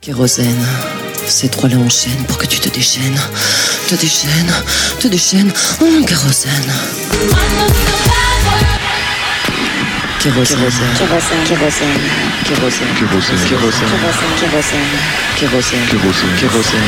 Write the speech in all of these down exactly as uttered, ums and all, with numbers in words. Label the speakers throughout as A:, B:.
A: Kérosène, ces trois-là enchaînent pour que tu te déchaînes. Te déchaînes, te déchaînes. Oh, kérosène. Kérosène.
B: Kérosène. Kérosène.
A: Kérosène.
B: Kérosène.
A: Kérosène.
B: Kérosène.
A: Kérosène.
C: Kérosène.
A: Kérosène.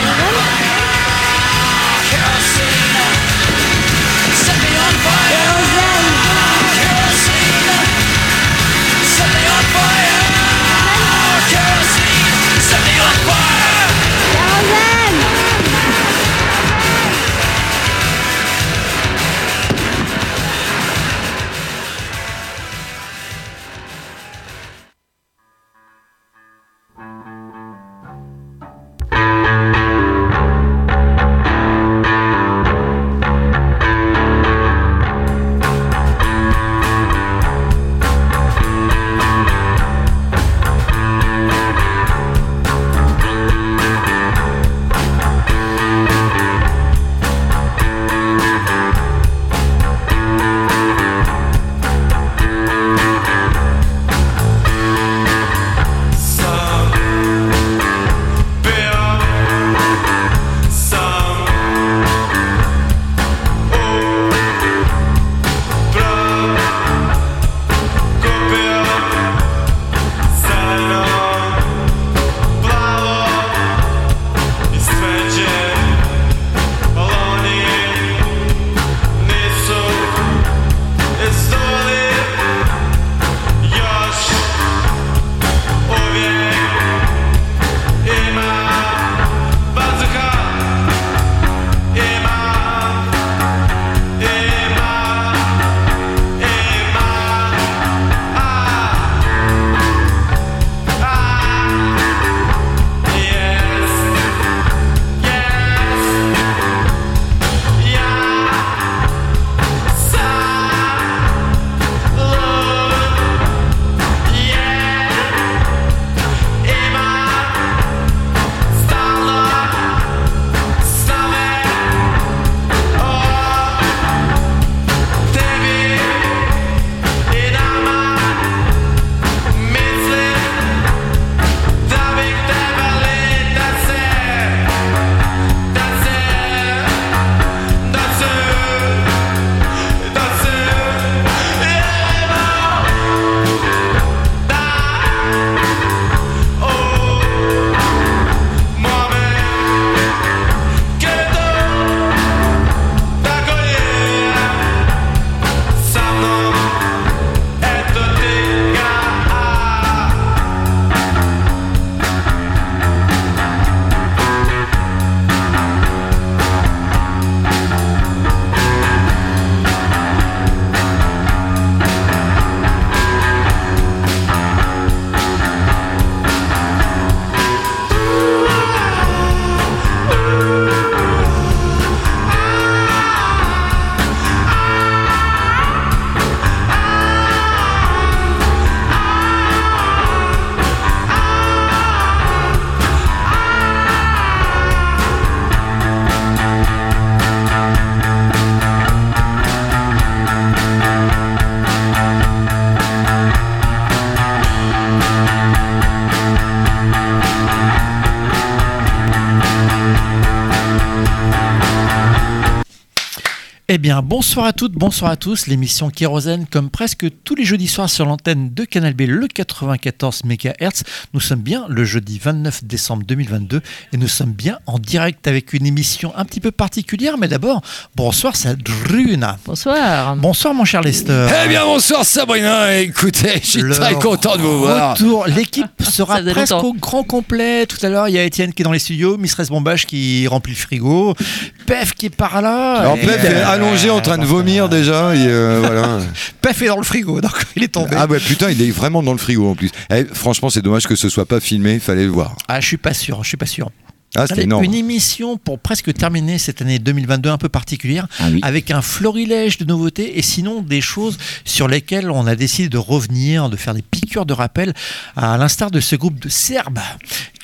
D: Eh bien, bonsoir à toutes, bonsoir à tous. L'émission Kérosène, comme presque tous les jeudis soirs sur l'antenne de Canal B, le quatre-vingt-quatorze mégahertz. Nous sommes bien le jeudi vingt-neuf décembre deux mille vingt-deux et nous sommes bien en direct avec une émission un petit peu particulière. Mais d'abord, bonsoir Sabrina.
E: Bonsoir.
D: Bonsoir mon cher Lester.
C: Eh bien, bonsoir Sabrina. Écoutez, je suis
D: Le
C: très content de vous voir.
D: Retour. L'équipe sera
E: faisait
D: presque
E: longtemps.
D: au grand complet. Tout à l'heure, il y a Étienne qui est dans les studios, Mistress Bombage qui remplit le frigo, Pef qui est par là.
C: Alors,
D: Et,
C: Pef est
D: euh,
C: allongé en train de vomir déjà. Et euh, voilà.
D: Pef est dans le frigo, donc il est tombé.
C: Ah ouais, putain, il est vraiment dans le frigo en plus. Eh, franchement, c'est dommage que ce soit pas filmé. Il fallait le voir.
D: Ah, je suis pas sûr, je suis pas sûr.
C: Ah, c'était
D: Allez,
C: énorme.
D: une émission pour presque terminer cette année deux mille vingt-deux un peu particulière,
C: Ah oui.
D: avec un florilège de nouveautés et sinon des choses sur lesquelles on a décidé de revenir, de faire des piqûres de rappel, à l'instar de ce groupe de Serbes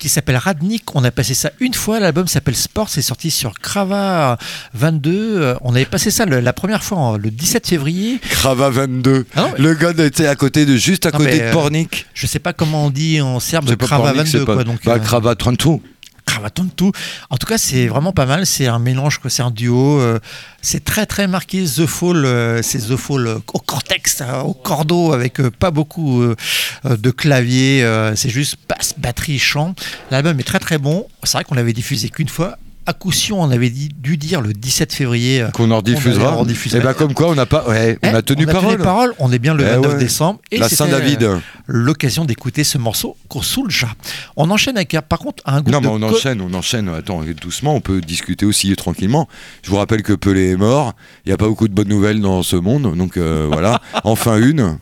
D: qui s'appelle Radnik. On a passé ça une fois. L'album s'appelle Sport. C'est sorti sur Crava vingt-deux. On avait passé ça le, la première fois le dix-sept février.
C: Crava vingt-deux.
D: Ah non,
C: le gars était à côté de juste à
D: non,
C: côté
D: mais,
C: de Pornic.
D: Je sais pas comment on dit en serbe.
C: C'est pas
D: Crava
C: Pornic,
D: vingt-deux.
C: c'est pas...
D: Quoi, donc,
C: bah,
D: euh...
C: Crava trente-deux.
D: Cravaton de tout. En tout cas, c'est vraiment pas mal. C'est un mélange, quoi. C'est un duo. Euh, c'est très très marqué. The Fall, euh, c'est The Fall euh, au cortex, euh, au cordeau, avec euh, pas beaucoup euh, de clavier. Euh, c'est juste basse, batterie, chant. L'album est très très bon. C'est vrai qu'on l'avait diffusé qu'une fois. À coup sûr, on avait dit, dû dire le dix-sept février
C: qu'on en rediffusera. Et bah comme quoi, on a pas, ouais, on
D: eh,
C: a tenu
D: on a
C: parole.
D: Tenu parole. On est bien le
C: eh
D: vingt-neuf
C: ouais.
D: décembre. Et
C: la Saint-David.
D: Euh, l'occasion d'écouter ce morceau Kosulja. On enchaîne avec, par contre, un groupe.
C: Non, mais on
D: co-
C: enchaîne, on enchaîne. Attends, doucement, on peut discuter aussi tranquillement. Je vous rappelle que Pelé est mort. Il n'y a pas beaucoup de bonnes nouvelles dans ce monde, donc euh, voilà. Enfin une.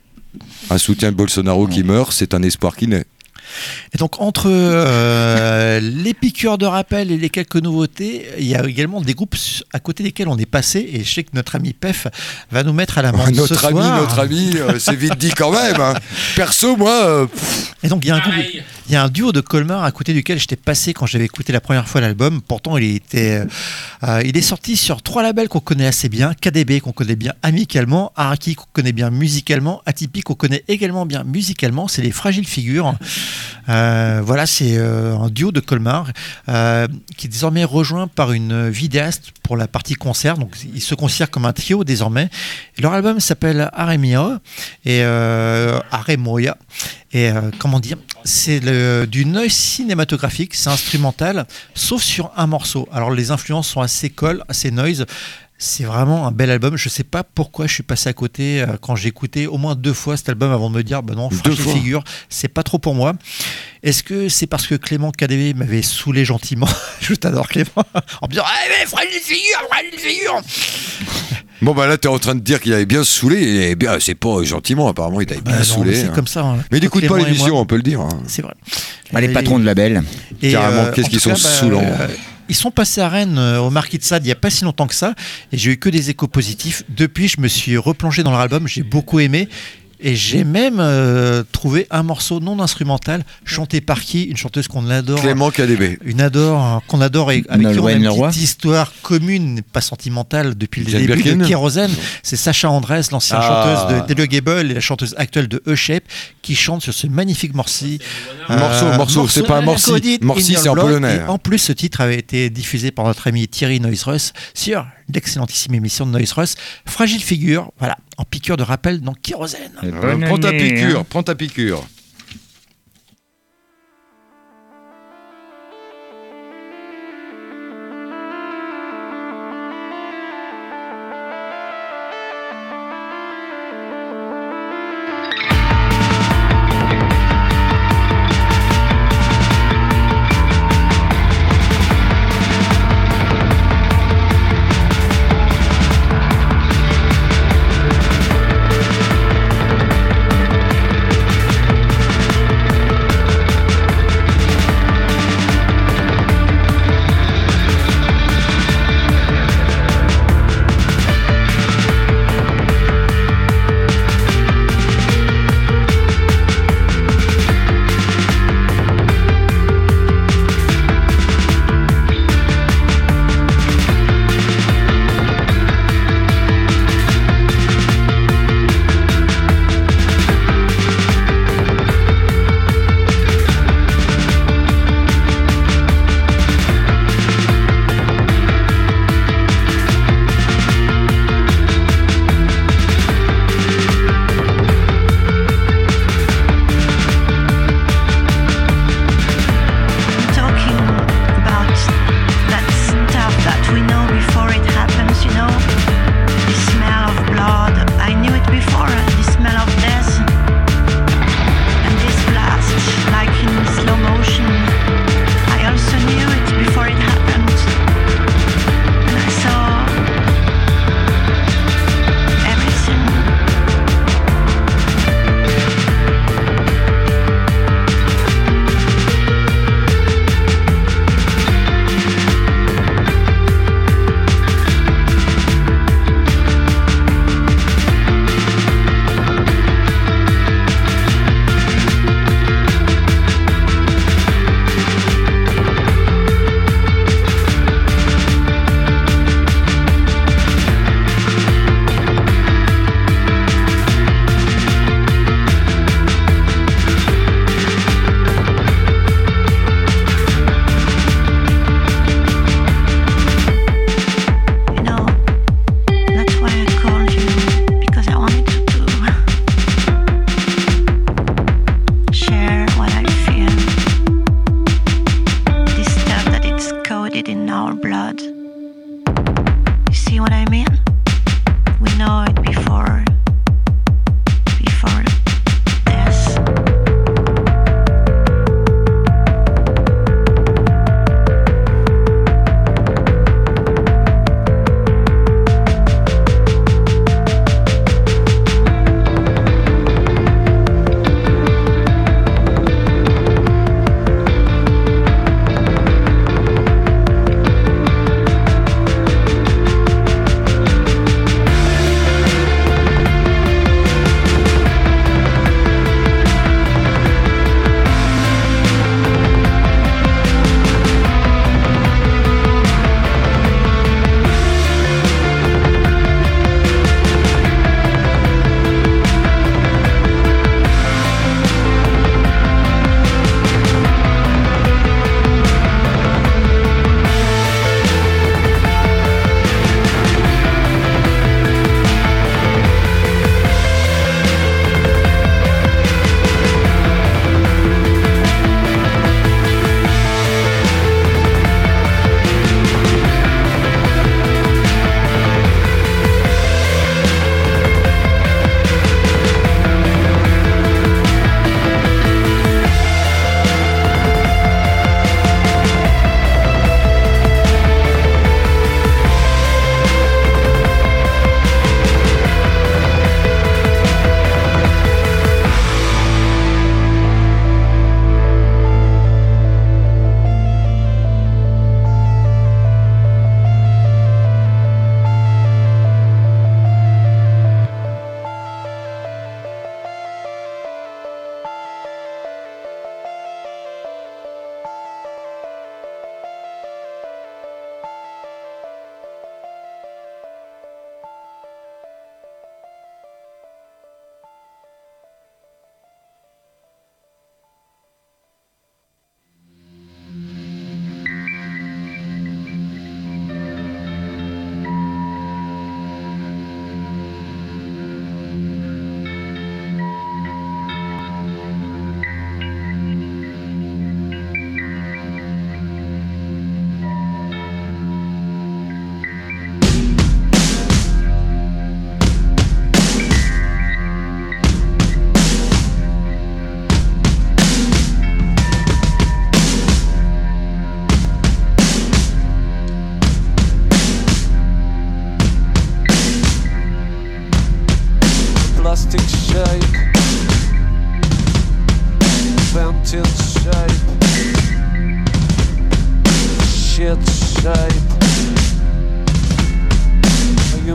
C: Un soutien de Bolsonaro qui meurt, c'est un espoir qui naît.
D: Et donc entre euh, les piqûres de rappel et les quelques nouveautés, il y a également des groupes à côté desquels on est passé, et je sais que notre ami Pef va nous mettre à la main
C: notre
D: ce
C: ami,
D: soir.
C: Notre ami, euh, c'est vite dit quand même. Hein. Perso, moi... Euh,
D: et donc il y a un groupe, il y a un duo de Colmar à côté duquel j'étais passé quand j'avais écouté la première fois l'album. Pourtant il était, euh, il est sorti sur trois labels qu'on connaît assez bien. K D B qu'on connaît bien amicalement, Araki qu'on connaît bien musicalement, Atypique qu'on connaît également bien musicalement. C'est les Fragiles Figures. Euh, voilà, c'est euh, un duo de Colmar euh, qui est désormais rejoint par une vidéaste pour la partie concert. Donc ils se considèrent comme un trio désormais. Et leur album s'appelle Aremia et euh, Aremoya. Et euh, comment dire, c'est le, du noise cinématographique, c'est instrumental, sauf sur un morceau. Alors les influences sont assez coll, assez noise. C'est vraiment un bel album. Je sais pas pourquoi je suis passé à côté euh, quand j'ai écouté au moins deux fois cet album avant de me dire bah non, Fragile Figure, c'est pas trop pour moi. Est-ce que c'est parce que Clément K D B m'avait saoulé gentiment? Je t'adore Clément. En me disant ah mais Fragile Figure, Fragile Figure.
C: Bon bah là t'es en train de dire qu'il avait bien saoulé, et bien c'est pas gentiment, apparemment il t'avait bien
D: bah, non,
C: saoulé.
D: C'est
C: hein.
D: comme ça. Hein.
C: Mais il n'écoute pas
D: Clément
C: l'émission, on peut le dire. Hein.
D: C'est vrai.
E: Bah, les patrons de label.
D: Et
C: carrément,
D: euh,
C: qu'est-ce qu'ils sont
D: cas, bah,
C: saoulants.
D: Euh, Ils sont passés à Rennes euh, au Marquis de Sade il n'y a pas si longtemps que ça, et j'ai eu que des échos positifs. Depuis, je me suis replongé dans leur album, j'ai beaucoup aimé. Et j'ai même euh, trouvé un morceau non instrumental chanté par qui? Une chanteuse qu'on adore.
C: Clément K D B.
D: Une adore, qu'on adore et avec qui on a une
E: Leroy.
D: petite histoire commune, pas sentimentale, depuis le
C: Jane
D: début
C: Birkin.
D: de Kérosène. C'est Sacha Andrés, l'ancienne
C: Ah.
D: chanteuse de Delio Gable et la chanteuse actuelle de E-Shape, qui chante sur ce magnifique morceau.
C: Morceau, morceau, c'est pas un morceau.
D: Codit
C: Morceau,
D: in Your
C: c'est en
D: Blood.
C: polonais.
D: Et en plus, ce titre avait été diffusé par notre ami Thierry Noise-Russ sur l'excellentissime émission de Noise-Russ. Fragile Figure, voilà, en piqûre de rappel dans Kérosène.
C: Euh, prends ta piqûre, hein. prends ta piqûre.
F: Thank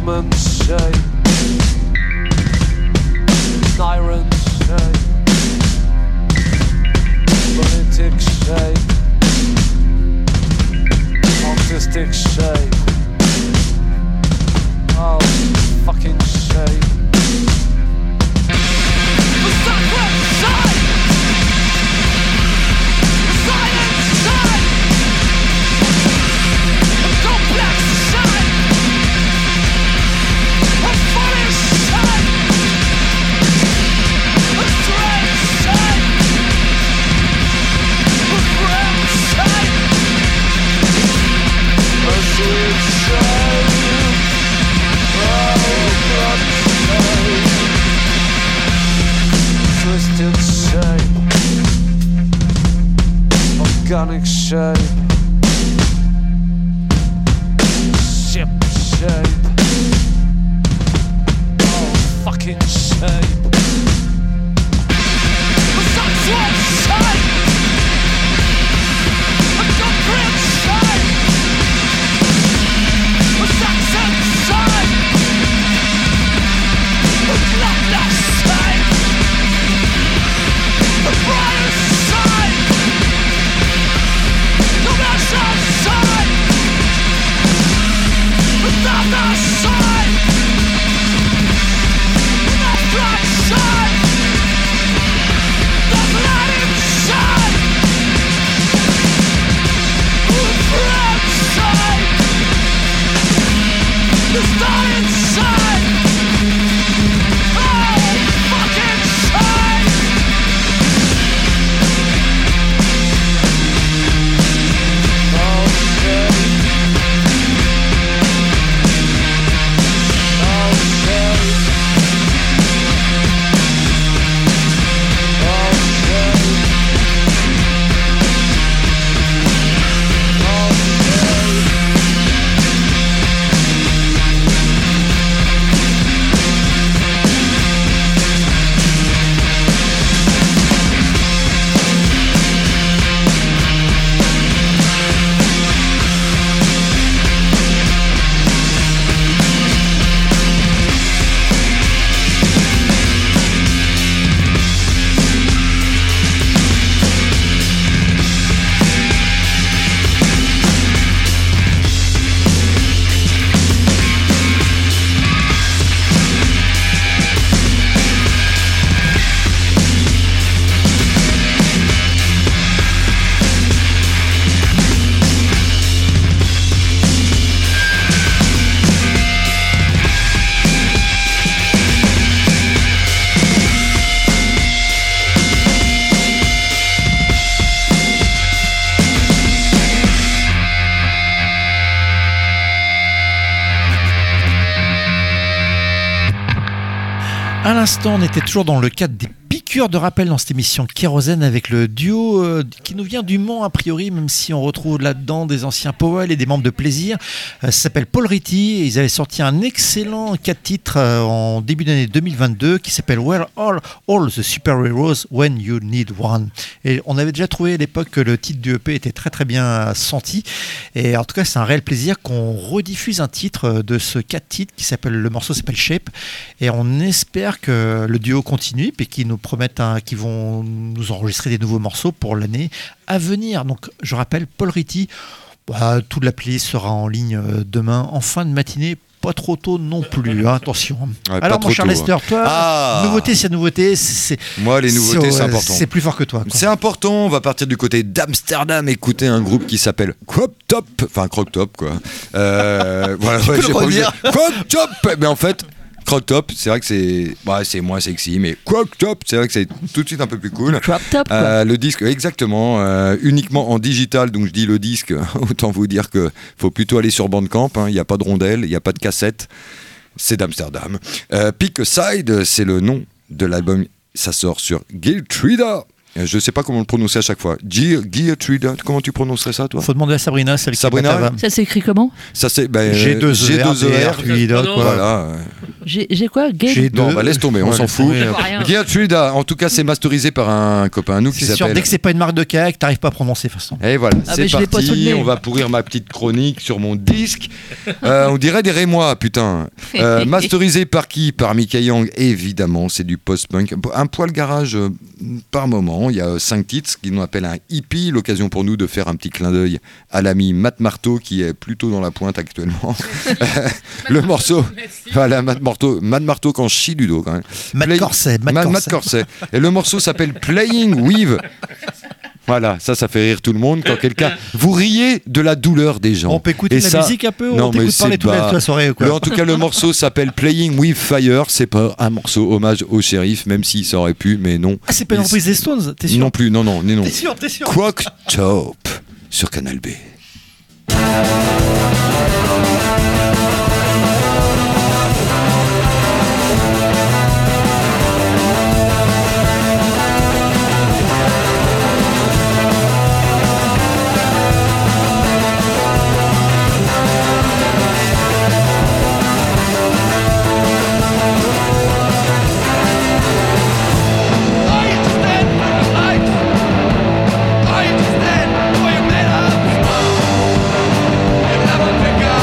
E: human shape, siren shape, politic shape, artistic shape, oh, fucking shape. The sacred shape, the science shape, the complex shape, the funny shape, the strange shape, the grim shape, the sweet shape, oh, blood shape, twisted shape, organic shape, ship shape, oh, fucking shape, the sexual shape, the concrete shape, the sexual shape, the bloodless shape, the bright shape, the measured shape, the darker shape, the bright shape, the bloody shape, the red shape, the starting shape, oh, fucking shape. Oh, shape. Oh, shape. Oh, shape. Oh, shape.
D: À l'instant, on était toujours dans le cadre des piqûres de rappel dans cette émission Kérosène avec le duo euh, qui nous vient du Mans a priori, même si on retrouve là-dedans des anciens Powell et des membres de Plaisir. Euh, ça s'appelle Paul Ritty et ils avaient sorti un excellent quatre titres euh, en début d'année deux mille vingt-deux qui s'appelle Where Are All the Superheroes When You Need One. Et on avait déjà trouvé à l'époque que le titre du E P était très très bien senti. Et en tout cas, c'est un réel plaisir qu'on rediffuse un titre de ce quatre titres qui s'appelle, le morceau s'appelle Shape. Et on espère que le duo continue et qu'ils nous promettent un, qu'ils vont nous enregistrer des nouveaux morceaux pour l'année à venir. Donc je rappelle, Paul Ritty, bah, toute la playlist sera en ligne demain en fin de matinée. Pas trop tôt non plus, hein, attention.
C: Ouais,
D: alors mon cher
C: tôt,
D: Lester, toi,
C: ah
D: nouveauté c'est nouveauté, c'est,
C: moi les nouveautés c'est, c'est important.
D: C'est plus fort que toi. Quoi.
C: C'est important, on va partir du côté d'Amsterdam, écouter un groupe qui s'appelle Crop Top, enfin Crop Top quoi. Euh, voilà,
D: tu
C: ouais,
D: peux le redire.
C: Crop Top, mais en fait Crop Top, c'est vrai que c'est, bah, c'est moins sexy, mais Crop Top, c'est vrai que c'est tout de suite un peu plus cool.
A: Crop Top, quoi.
C: Euh, le disque, exactement, euh, uniquement en digital, donc je dis le disque, autant vous dire que faut plutôt aller sur Bandcamp, il hein, n'y a pas de rondelle, il n'y a pas de cassette, c'est d'Amsterdam. Euh, Pick a Side, c'est le nom de l'album, ça sort sur Guiltrida. Je sais pas comment le prononcer à chaque fois. G- Geertruida, comment tu prononcerais ça, toi?
D: Faut demander à Sabrina, celle
C: Sabrina,
D: qui est batave.
F: Ça s'écrit comment?
C: Ça c'est ben,
D: G deux E R, Truida, quoi.
C: Voilà.
F: J'ai j'ai quoi? Gay
D: J'ai
C: Non,
D: deux.
C: bah laisse tomber, on
D: Ouais,
C: s'en
D: laisse
C: fout.
D: tomber.
F: Rien.
C: Geertruida, en tout cas, c'est masterisé par un copain à nous qui
D: C'est sûr,
C: s'appelle.
D: dès que c'est pas une marque de kayak, t'arrives pas à prononcer de toute façon.
C: Et voilà,
F: Ah,
C: c'est
F: mais je l'ai pas sous le
C: parti.
F: nez.
C: On va pourrir ma petite chronique sur mon disque. Euh, on dirait des Rémois, putain. Euh, masterisé par qui? Par Mickey Young, évidemment. C'est du post-punk. Un poil garage euh, par moment. Il y a cinq titres qui nous appellent un hippie. L'occasion pour nous de faire un petit clin d'œil à l'ami Matt Marteau qui est plutôt dans la pointe actuellement. Le morceau. Voilà, Matt Marteau. Matt Marteau quand chie du dos quand même.
D: Matt
C: Play-
D: Corset, Matt
C: Ma-
D: Corset.
C: Corset. Et le morceau s'appelle Playing With. Voilà, ça, ça fait rire tout le monde quand quelqu'un. Vous riez de la douleur des gens.
D: On peut écouter
C: Et
D: la
C: ça-
D: musique un peu?
C: Non,
D: On
C: mais
D: t'écoute parler
C: c'est
D: toute la,
C: bas.
D: toute la soirée ou quoi?
C: Le- en tout cas, le morceau s'appelle Playing With Fire. C'est pas un morceau hommage au shérif, même si ça aurait pu, mais non.
D: Ah, c'est pas une
C: Il-
D: reprise des Stones, t'es sûr?
C: Non plus, non, non, non. non.
D: T'es sûr, t'es sûr?
C: Croc Top sur Canal B.
E: Are you just stand for the light? Are you just stand for your made up? You never pick up.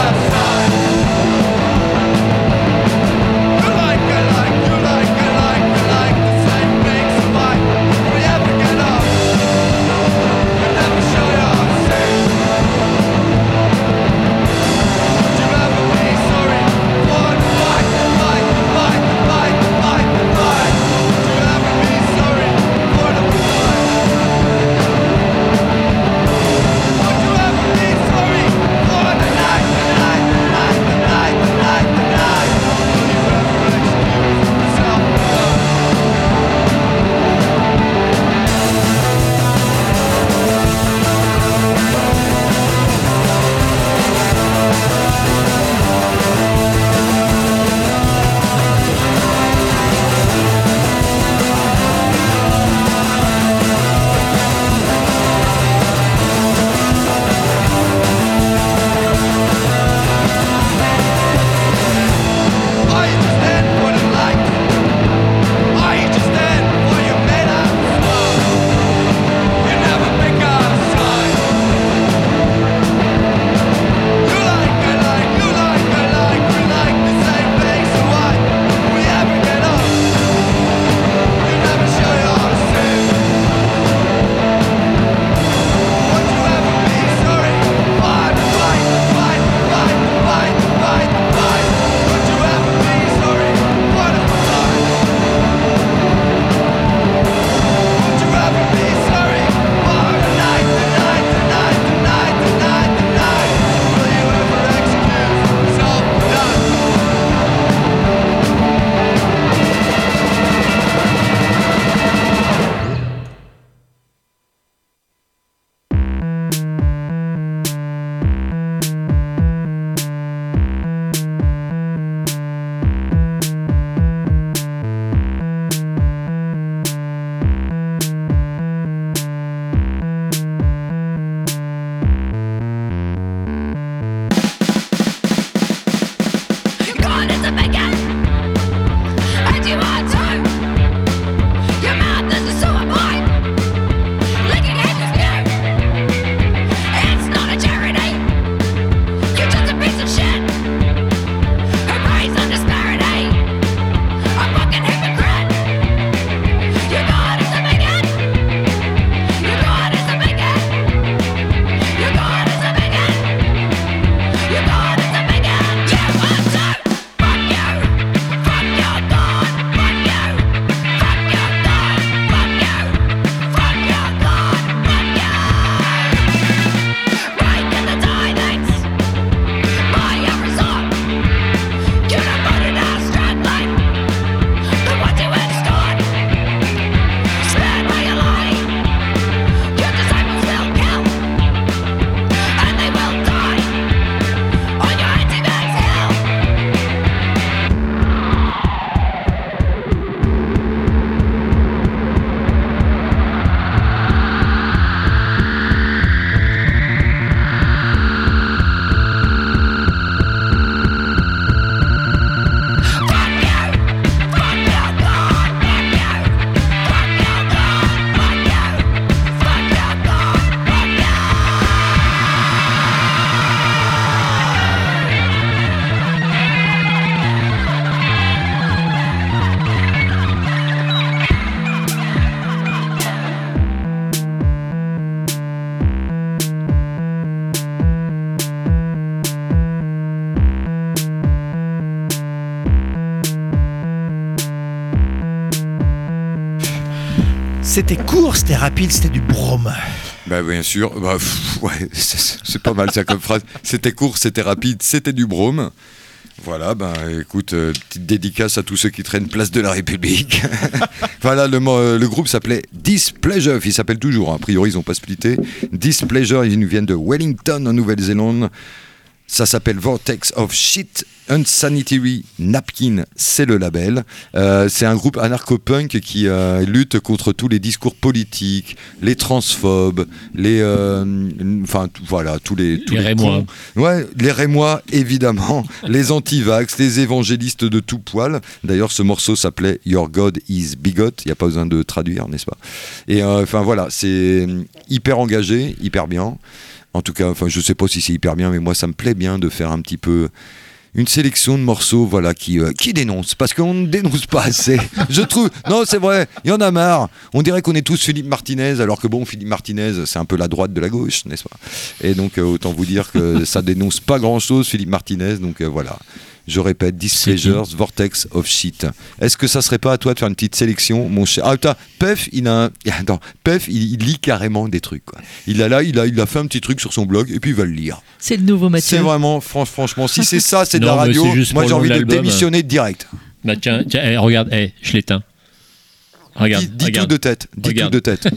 D: C'était court, c'était rapide, c'était du brome.
C: Bah bien sûr, bah, pff, ouais, c'est, c'est pas mal ça comme phrase. C'était court, c'était rapide, c'était du brome. Voilà, ben écoute, euh, petite dédicace à tous ceux qui traînent place de la République. Voilà, le, euh, le groupe s'appelait Displeasure, il s'appelle toujours, hein. A priori ils n'ont pas splitté. Displeasure, ils nous viennent de Wellington en Nouvelle-Zélande. Ça s'appelle Vortex of Shit Unsanitary Napkin, c'est le label. Euh, c'est un groupe anarcho-punk qui euh, lutte contre tous les discours politiques, les transphobes, les, euh, enfin t- voilà, tous les tous
F: Les
C: les
F: Rémois.
C: cons. Ouais, les Rémois évidemment, les anti-vax, les évangélistes de tout poil. D'ailleurs, ce morceau s'appelait Your God is Bigot. Il n'y a pas besoin de traduire, n'est-ce pas ? Et enfin euh, voilà, c'est hyper engagé, hyper bien. En tout cas, enfin, je sais pas si c'est hyper bien, mais moi, ça me plaît bien de faire un petit peu une sélection de morceaux, voilà, qui euh, qui dénoncent, parce qu'on ne dénonce pas assez. Je trouve. Non, c'est vrai. Il y en a marre. On dirait qu'on est tous Philippe Martinez, alors que bon, Philippe Martinez, c'est un peu la droite de la gauche, n'est-ce pas ? Et donc, euh, autant vous dire que ça dénonce pas grand-chose, Philippe Martinez. Donc euh, voilà. Je répète, Displeasures, Vortex of Shit. Est-ce que ça serait pas à toi de faire une petite sélection, mon cher ? Ah putain, Puff, il a un... Attends, Puff, il, il lit carrément des trucs, quoi. Il a là, il a, il a fait un petit truc sur son blog et puis il va le lire.
G: C'est le nouveau Mathieu.
C: C'est vraiment, fran- franchement, si c'est ça, c'est de
F: Non,
C: la
F: mais
C: radio.
F: c'est juste
C: Moi,
F: pour
C: j'ai
F: le
C: envie
F: nom
C: de
F: de l'album.
C: démissionner direct.
F: Bah tiens, tiens eh, regarde, eh, je l'éteins. Regarde,
C: dis dis
F: regarde.
C: tout de tête. Dis
F: Regarde.
C: tout de tête.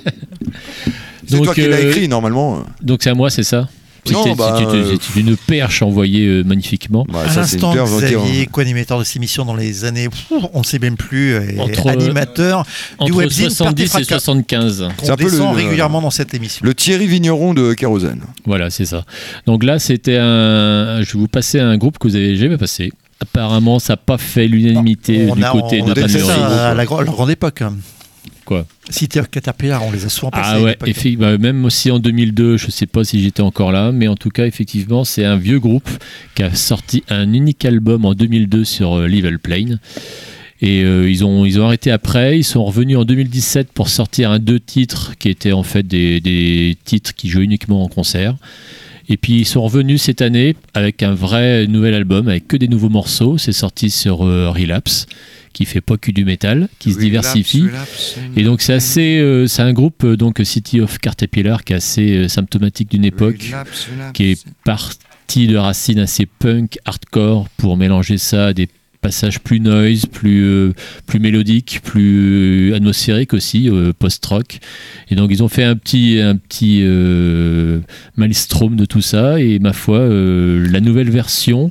C: C'est
F: Donc,
C: toi qui l'as
F: euh,
C: écrit, normalement.
F: Donc c'est à moi, c'est ça ?
C: Non,
F: C'était-
C: bah,
F: c'était-
C: euh,
F: c'était une perche envoyée euh, magnifiquement.
C: Bah,
D: À
C: ça, c'est une
D: l'instant,
C: perche, on va dire.
D: Xavier, co-animateur de cette émission dans les années, pff, on ne sait même plus, et
F: Entre-
D: animateur du
F: Entre
D: webzine
F: soixante-dix et
D: Party Fracas,
F: soixante-quinze.
C: C'est
D: qu'on
C: un peu
D: descend
C: le-
D: régulièrement dans cette émission.
C: Le Thierry Vigneron de Kérosène.
F: Voilà, c'est ça. Donc là, c'était un. Je vais vous passer un groupe que vous avez jamais passé. Apparemment, ça n'a pas fait l'unanimité
D: On
F: du
D: a-
F: côté
D: on
F: de la
D: déteste
C: Panurie.
D: ça à la, gro- la grande époque. hein.
F: Quoi ?
D: City of Caterpillar, on les a souvent passés.
F: Ah
D: à
F: ouais,
D: l'époque.
F: effi- bah, même aussi en deux mille deux, je sais pas si j'étais encore là, mais en tout cas, effectivement, c'est un vieux groupe qui a sorti un unique album en deux mille deux sur euh, Level Plane. Et euh, ils, ont, ils ont arrêté après, ils sont revenus en deux mille dix-sept pour sortir un deux titres qui étaient en fait des, des titres qui jouaient uniquement en concert. Et puis ils sont revenus cette année avec un vrai nouvel album, avec que des nouveaux morceaux. C'est sorti sur euh, Relapse, qui fait pas que du métal, qui se diversifie. Et donc c'est assez, euh, c'est un groupe euh, donc City of Caterpillar qui est assez euh, symptomatique d'une époque, qui est parti de racines assez punk, hardcore, pour mélanger ça à des passages plus noise, plus euh, plus mélodiques, plus euh, atmosphériques aussi, euh, post-rock. Et donc ils ont fait un petit un petit euh, maelstrom de tout ça. Et ma foi, euh, la nouvelle version,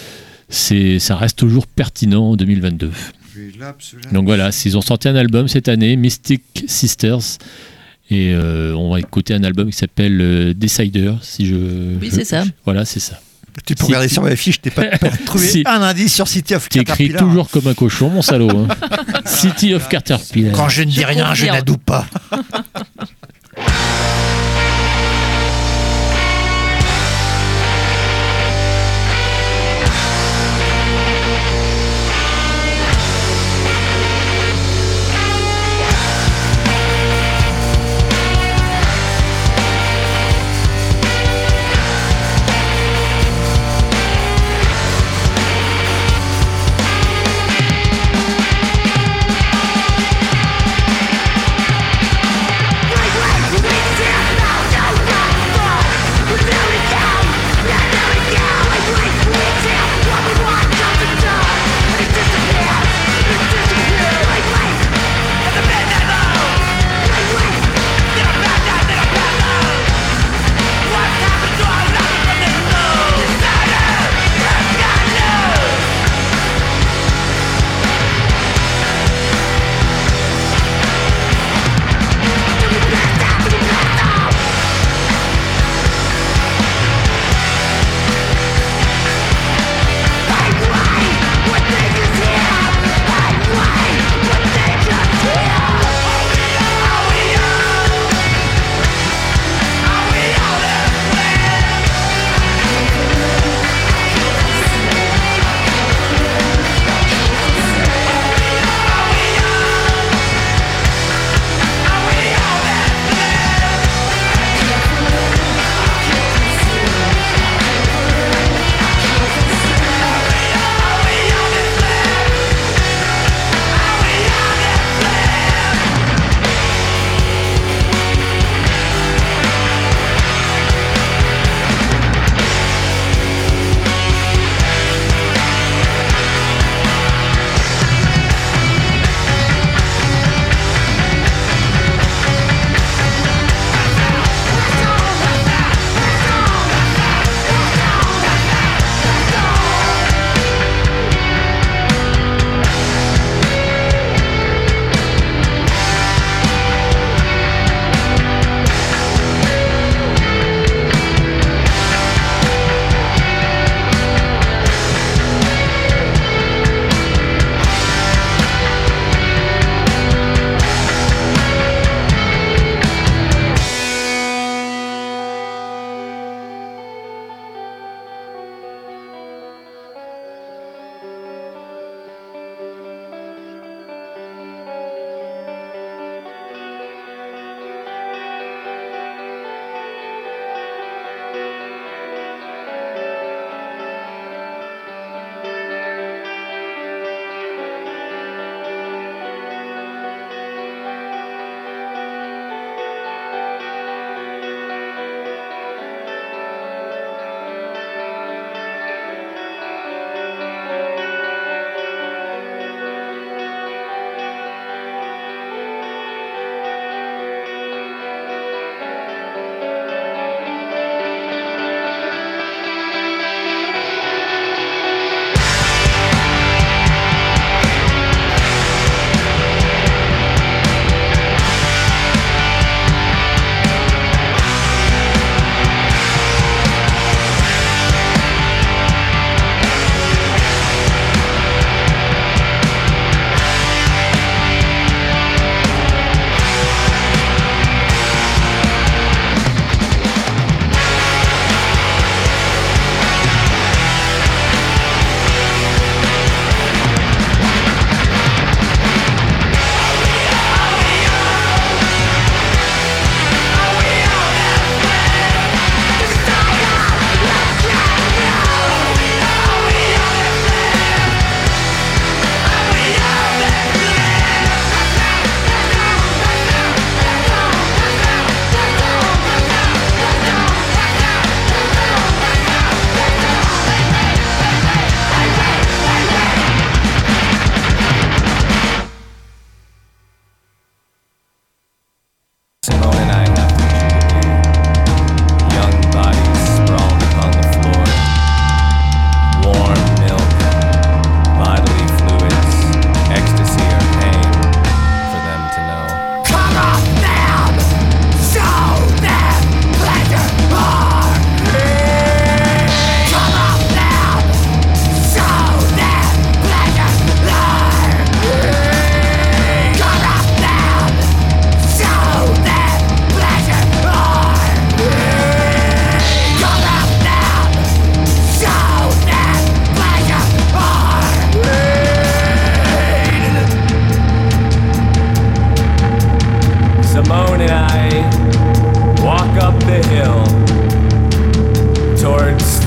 F: c'est ça reste toujours pertinent en deux mille vingt-deux. Donc voilà, ils ont sorti un album cette année, Mystic Sisters, et euh, on va écouter un album qui s'appelle euh, Decider, si je...
G: Oui,
F: je-
G: c'est ça.
F: Voilà, c'est ça.
D: Tu peux
F: Si-
D: regarder sur ma fiche, t'es pas, pas trouvé
F: Si.
D: un indice sur City of
F: Qui écrit
D: Caterpillar.
F: toujours comme un cochon, mon salaud. Hein. City of Caterpillar.
D: Quand je ne dis
G: Je
D: rien, je
G: confirme.
D: n'adoue pas.
E: Wake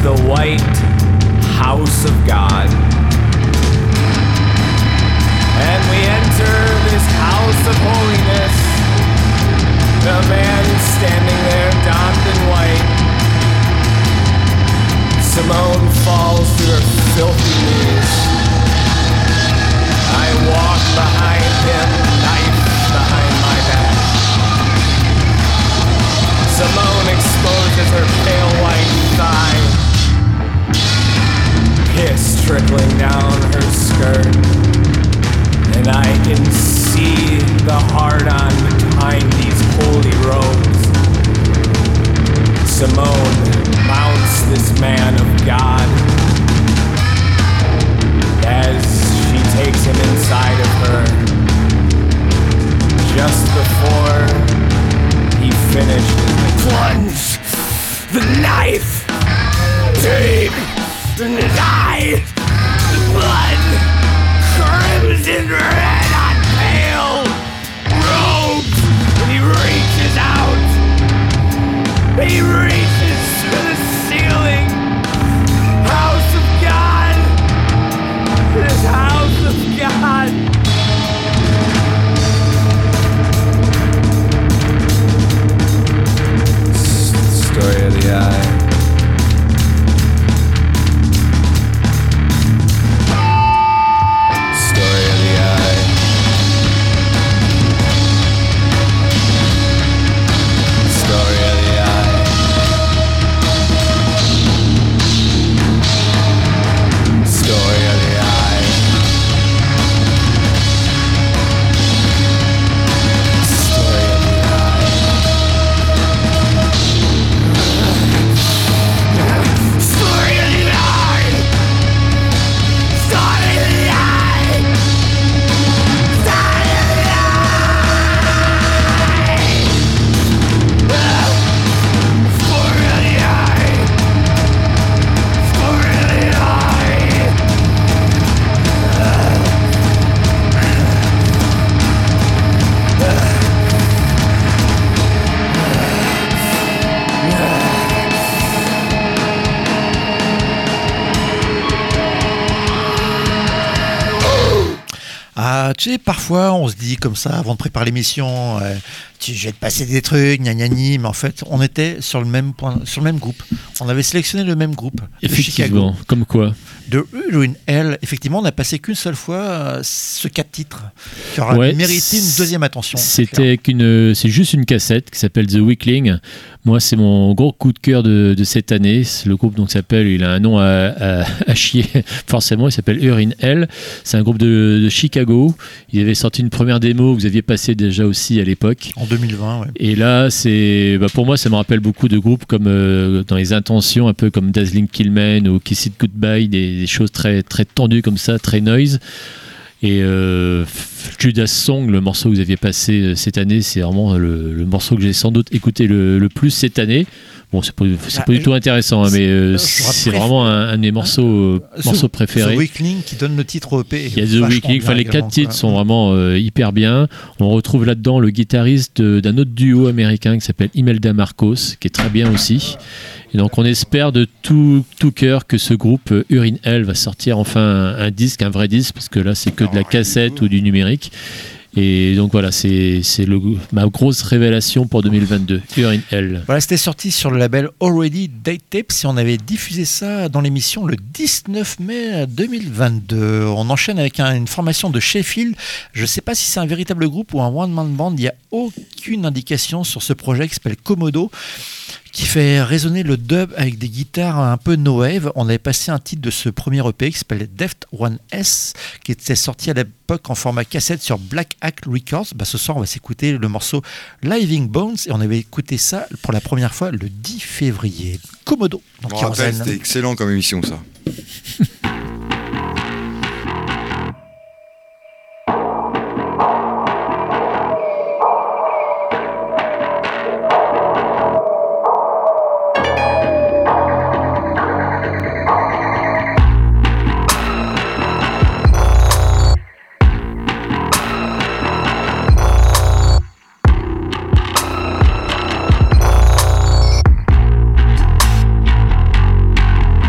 G: the white house of God. And we enter this house of holiness. The man standing there donned in white. Simone falls to her filthy knees. I walk behind him, knife behind my back. Simone exposes her pale white thigh. Piss trickling down her skirt. And I can see the heart-on behind these holy robes. Simone mounts this man of God as she takes him inside of her. Just before he finishes, plunge the knife deep in his eye. Blood crimson red on pale robes, and he reaches out. He reaches to the ceiling. House of God. This house of God. S- story of the eye.
D: Tu sais, parfois, on se dit comme ça, avant de préparer l'émission, euh, tu, je vais te passer des trucs, gna gna gni, mais en fait, on était sur le même point, sur le même groupe. On avait sélectionné le même groupe, de
F: Effectivement,
D: Chicago.
F: comme quoi.
D: De Urine Hell, effectivement, on n'a passé qu'une seule fois euh, ce quatre titres, qui aura
F: Ouais,
D: mérité une deuxième attention.
F: C'était qu'une, c'est juste une cassette qui s'appelle The Weakling. Moi, c'est mon gros coup de cœur de, de cette année. Le groupe donc s'appelle, il a un nom à, à, à chier, forcément. Il s'appelle Urine Hell. C'est un groupe de, de Chicago. Il avait sorti une première démo que vous aviez passé déjà aussi à l'époque.
D: En deux mille vingt, ouais.
F: Et là, c'est, bah pour moi, ça me rappelle beaucoup de groupes comme euh, dans les intentions, un peu comme Dazzling Killman ou Kiss It Goodbye, des, des choses très très tendues comme ça, très noise. Et euh, Judas Song, le morceau que vous aviez passé cette année, c'est vraiment le, le morceau que j'ai sans doute écouté le, le plus cette année. Bon, c'est pas, c'est
D: Ah,
F: pas du tout intéressant, hein, mais euh,
D: euh,
F: c'est
D: préf-
F: vraiment un, un de mes morceaux, euh,
D: The-
F: morceaux préférés.
D: The Weakling qui donne le titre au E P.
F: Il y a The Weakling, enfin les quatre titres sont vraiment euh, hyper bien. On retrouve là-dedans le guitariste de- d'un autre duo américain qui s'appelle Imelda Marcos, qui est très bien aussi. Et donc on espère de tout, tout cœur que ce groupe euh, Urine Hell va sortir enfin un, un disque, un vrai disque, parce que là c'est que de la cassette ou du numérique. Et donc voilà, c'est, c'est le, ma grosse révélation pour deux mille vingt-deux, Urine Hell.
D: Voilà, c'était sorti sur le label Already Date Tapes et on avait diffusé ça dans l'émission le dix-neuf mai deux mille vingt-deux. On enchaîne avec un- une formation de Sheffield. Je ne sais pas si c'est un véritable groupe ou un one-man band. Il n'y a aucune indication sur ce projet qui s'appelle Komodo, qui fait résonner le dub avec des guitares un peu no wave. On avait passé un titre de ce premier E P qui s'appelle Deft One S, qui était sorti à l'époque en format cassette sur Black Act Records. Bah, ce soir, on va s'écouter le morceau Living Bones et on avait écouté ça pour la première fois le dix février. Komodo.
C: Je
D: Donc,
C: me rappelle,
D: Kérosène.
C: c'était excellent comme émission, ça.
G: Thank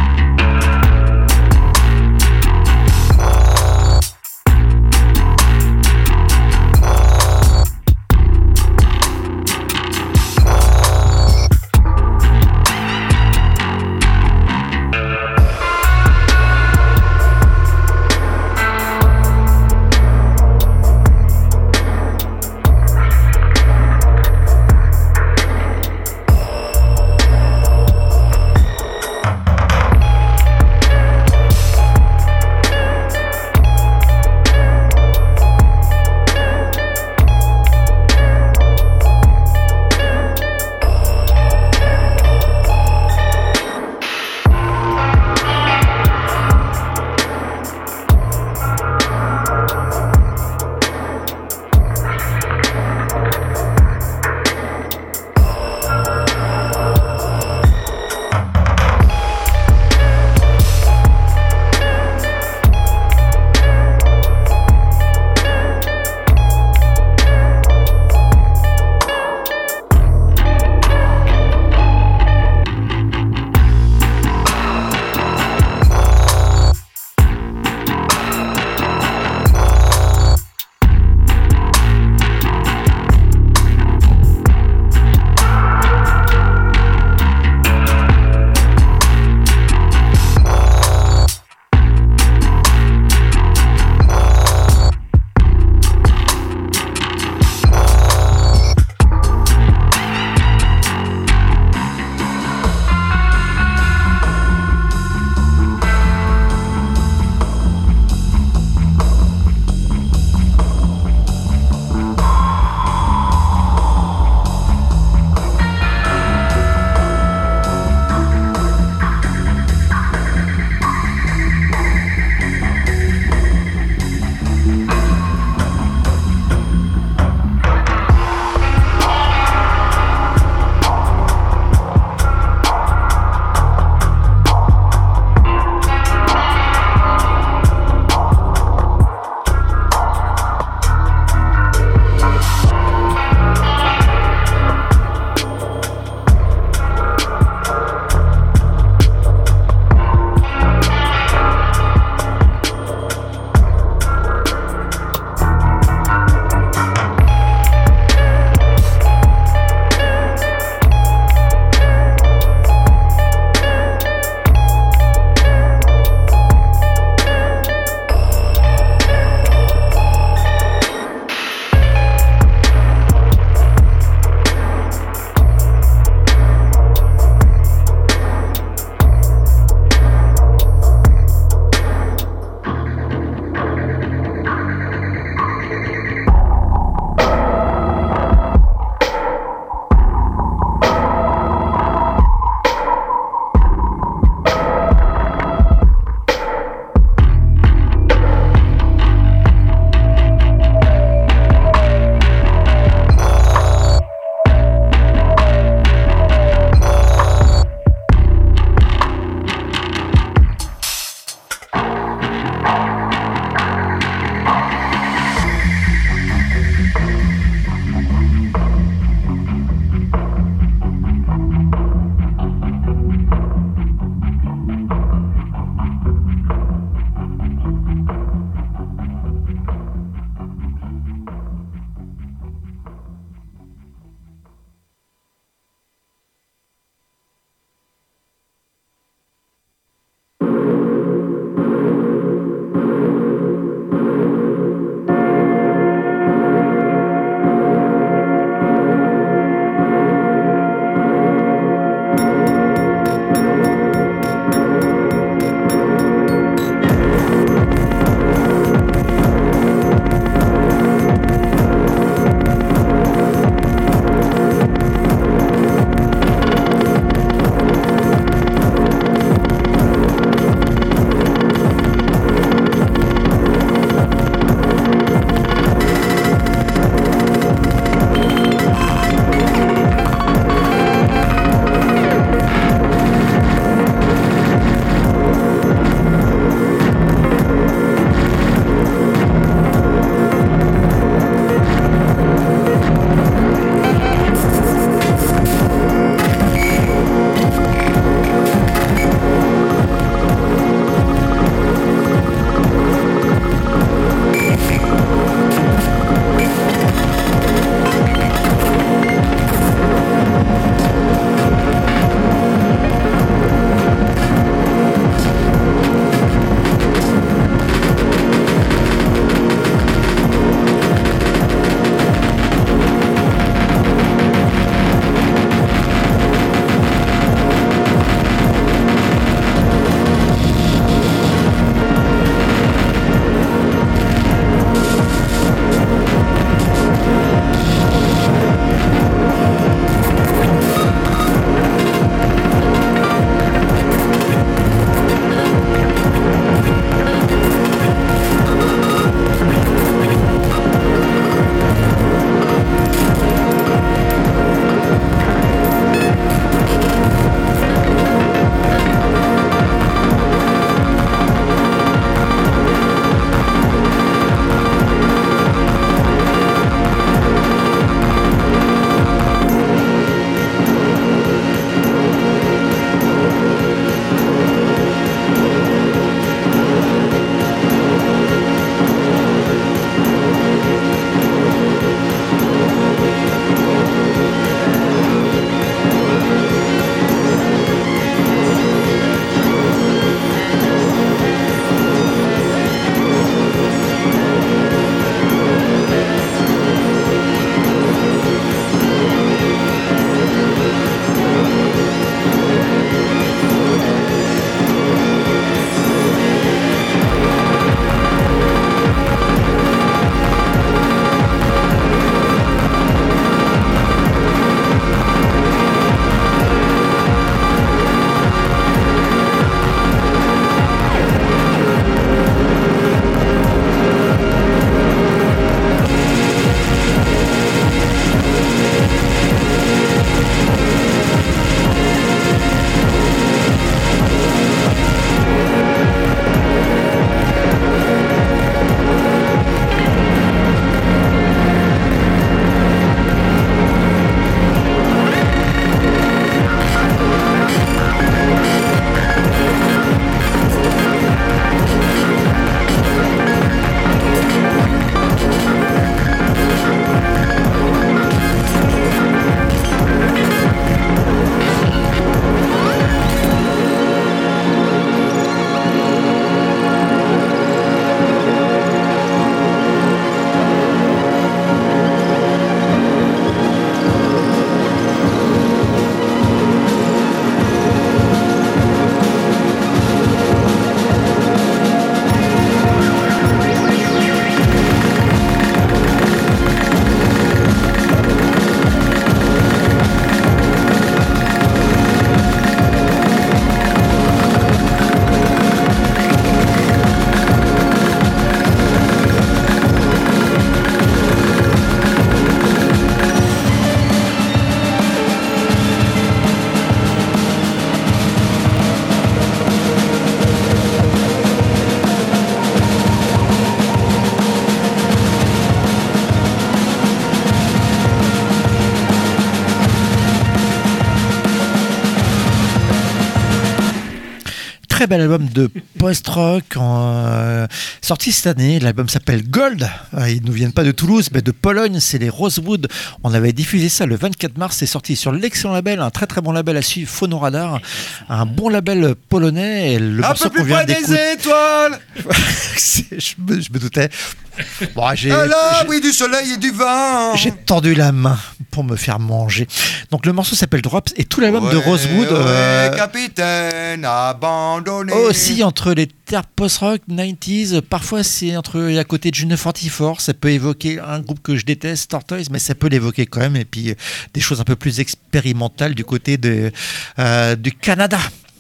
D: très bel album de post-rock euh, sorti cette année. L'album s'appelle Gold. Euh, ils ne nous viennent pas de Toulouse, mais de Pologne. C'est les Rosewood. On avait diffusé ça le vingt-quatre mars. C'est sorti sur l'excellent label, un très très bon label à suivre, Phonoradar, un bon label polonais. Et le
C: Un
D: morceau
C: peu plus
D: qu'on vient
C: près des
D: d'écouter,
C: étoiles.
D: C'est- je, me, je me doutais. Bon, j'ai,
C: À
D: j'ai-
C: l'abri du soleil et du vent.
D: j'ai tendu la main pour me faire manger. Donc le morceau s'appelle Drops et tout l'album de
C: Ouais,
D: Rosewood.
C: ouais,
D: euh,
C: capitaine abandonné.
D: Aussi entre les terres post-rock, quatre-vingt-dix, parfois c'est entre et à côté de June quarante-quatre, ça peut évoquer un groupe que je déteste, Tortoise, mais ça peut l'évoquer quand même, et puis euh, des choses un peu plus expérimentales du côté de, euh, du Canada.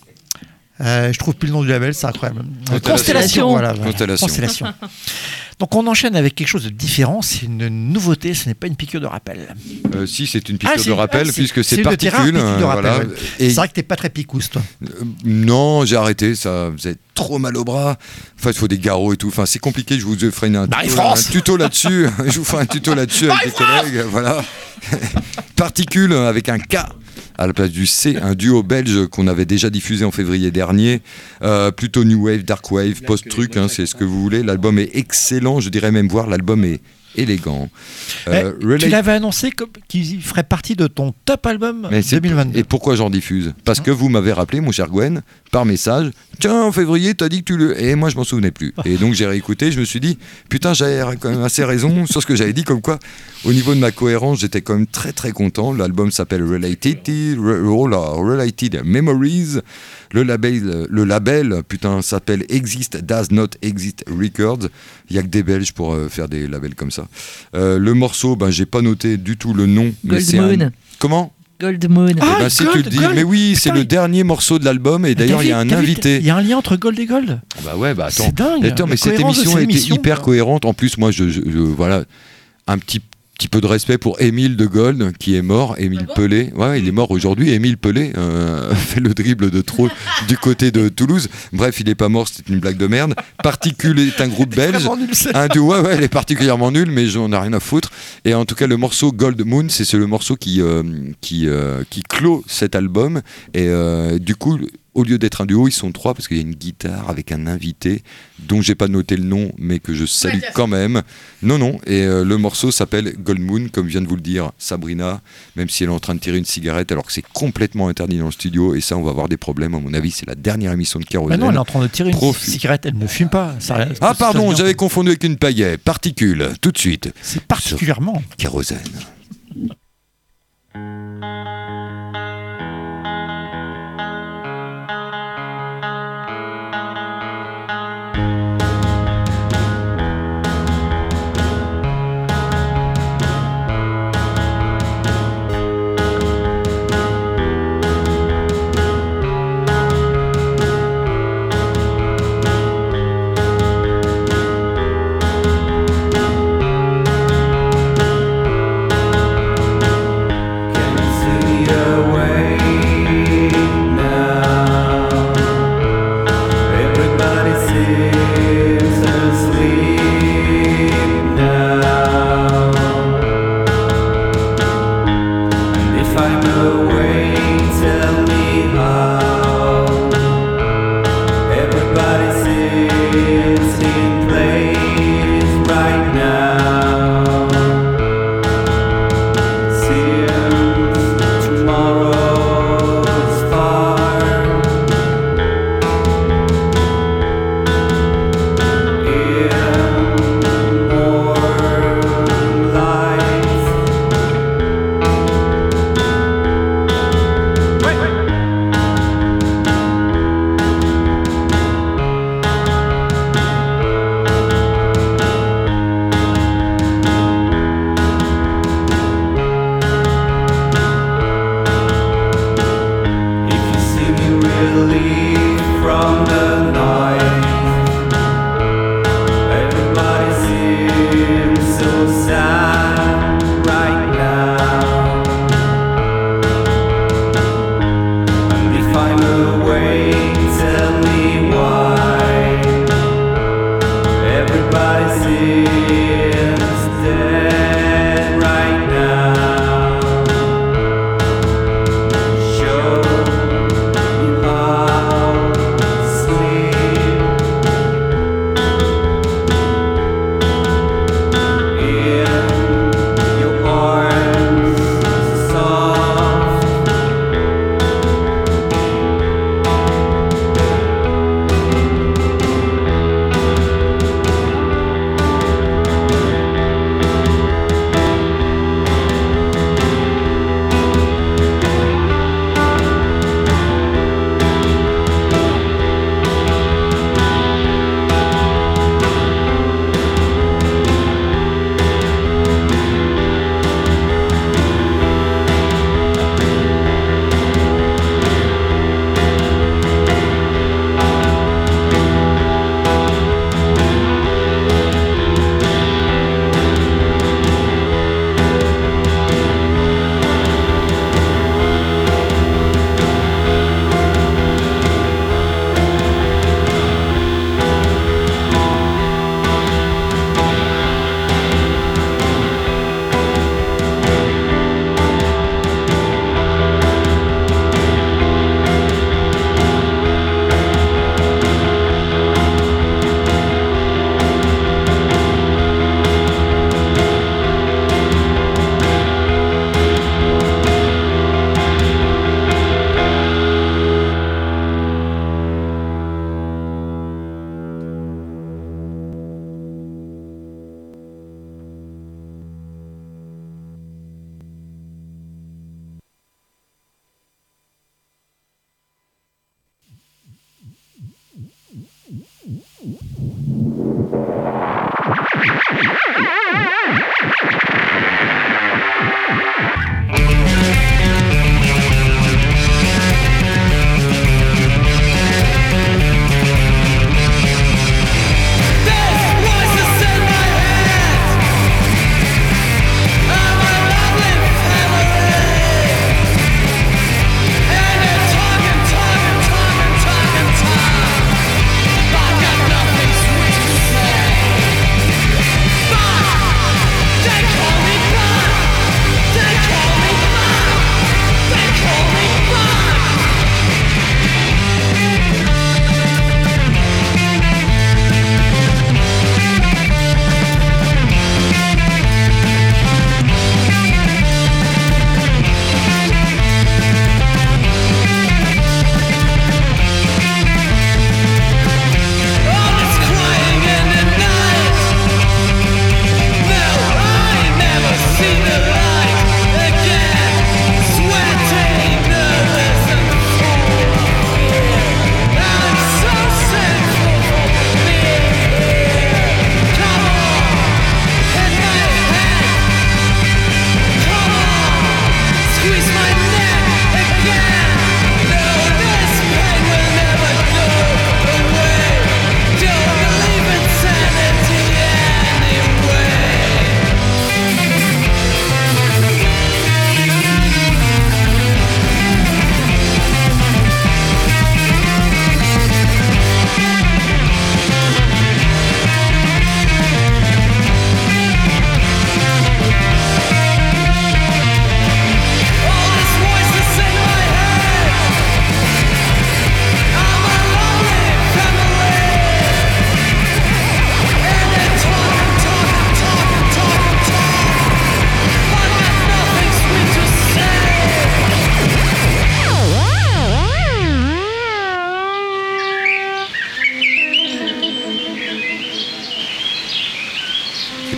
D: Euh, je trouve plus le nom du label, c'est incroyable. Euh,
C: Constellation.
D: voilà, voilà.
C: Constellation.
D: Constellation. Donc on enchaîne avec quelque chose de différent, c'est une nouveauté, ce n'est pas une piqûre de rappel.
C: Euh, si, c'est une piqûre
D: Ah, c'est-
C: de rappel,
D: ah, c'est-
C: puisque c'est
D: c'est le terrain
C: particule.
D: piqûre de
C: euh,
D: rappel,
C: voilà.
D: ouais.
C: Et
D: C'est vrai que t'es pas très picousse, toi.
C: euh, non, j'ai arrêté, ça faisait trop mal au bras. Enfin, il faut des garrots et tout. Enfin, c'est compliqué, je vous ferai une- un, tuto, un
D: Marie-France.
C: tuto là-dessus. Je vous ferai un tuto là-dessus avec des collègues. Voilà. Particule avec un K à la place du C, un duo belge qu'on avait déjà diffusé en février dernier. Euh, plutôt new wave, dark wave, post-truc, hein, c'est ce que vous voulez. L'album est excellent, je dirais même voir, l'album est élégant. Euh,
D: Eh,
C: Relate-
D: Tu l'avais annoncé comme- qu'il ferait partie de ton top album
C: Mais c'est-
D: deux mille vingt-deux.
C: Et pourquoi j'en diffuse? Parce que vous m'avez rappelé, mon cher Gwen, par message, tiens, en février, t'as dit que tu le... Et moi, je m'en souvenais plus. Et donc, j'ai réécouté, je me suis dit, putain, j'avais quand même assez raison sur ce que j'avais dit, comme quoi, au niveau de ma cohérence, j'étais quand même très, très content. L'album s'appelle Related, Re- oh là, Related Memories. Le label, le label, putain, s'appelle Exist, Does Not Exist Records. Il n'y a que des Belges pour euh, faire des labels comme ça. Euh, le morceau, ben, j'ai pas noté du tout le nom. mais
H: Gold
C: c'est un-
H: Moon.
C: Comment?
H: Gold Moon.
C: Eh
D: Ah,
C: ben, si
D: Gold,
C: tu le dis,
D: Gold.
C: mais oui, c'est
D: Putain,
C: le
D: il-
C: dernier morceau de l'album et d'ailleurs il y a un
D: T'as vu-
C: invité.
D: Il y a un lien entre Gold et Gold.
C: Bah ouais, bah attends.
D: C'est dingue.
C: Attends, mais
D: La
C: cette
D: cohérence de
C: émission
D: cette
C: était
D: émission,
C: hyper
D: quoi.
C: cohérente. En plus, moi, je, je- je- voilà, un petit petit peu de respect pour Émile de Gold qui est mort, Émile Pelé. Ouais, il est mort aujourd'hui. Émile Pelé euh, fait le dribble de trop du côté de Toulouse. Bref, il est pas mort, c'était une blague de merde. Particule est un groupe belge.
D: Vraiment nul, c'est-
C: Un duo, ouais, ouais, elle est particulièrement nulle, mais j'en ai rien à foutre. Et en tout cas, le morceau Gold Moon, c'est c'est le morceau qui, euh, qui, euh, qui clôt cet album. Et euh, du coup, au lieu d'être un duo, ils sont trois parce qu'il y a une guitare avec un invité dont j'ai pas noté le nom, mais que je salue quand même. Non, non. Et euh, le morceau s'appelle Gold Moon, comme vient de vous le dire Sabrina, même si elle est en train de tirer une cigarette alors que c'est complètement interdit dans le studio. Et ça, on va avoir des problèmes. À mon avis, c'est la dernière émission de
D: Bah
C: Kérosène.
D: non, elle est en train de tirer une
C: Profite.
D: cigarette, elle ne fume pas. Ça-
C: Ah
D: ça-
C: pardon,
D: ça-
C: j'avais confondu avec une paillet. Particule, tout de suite.
D: C'est particulièrement.
C: Kérosène.
I: Thank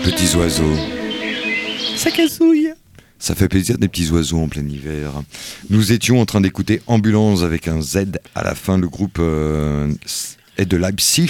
C: Petits oiseaux.
D: Ça cassouille.
C: Ça fait plaisir des petits oiseaux en plein hiver. Nous étions en train d'écouter Ambulance avec un Z à la fin, le groupe euh, est de Leipzig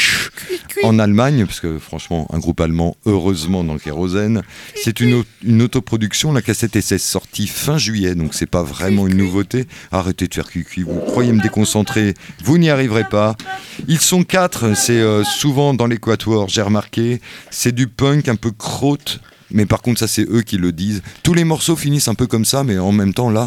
C: en Allemagne, parce que franchement un groupe allemand, heureusement dans le Kérosène. C'est une, au- une autoproduction, la cassette est sortie fin juillet, donc c'est pas vraiment une nouveauté. Arrêtez de faire cuicui, vous croyez me déconcentrer, vous n'y arriverez pas. Ils sont quatre, c'est euh, souvent dans l'équateur, j'ai remarqué, c'est du punk un peu crotte. Mais par contre, ça, c'est eux qui le disent. Tous les morceaux finissent un peu comme ça, mais en même temps, là,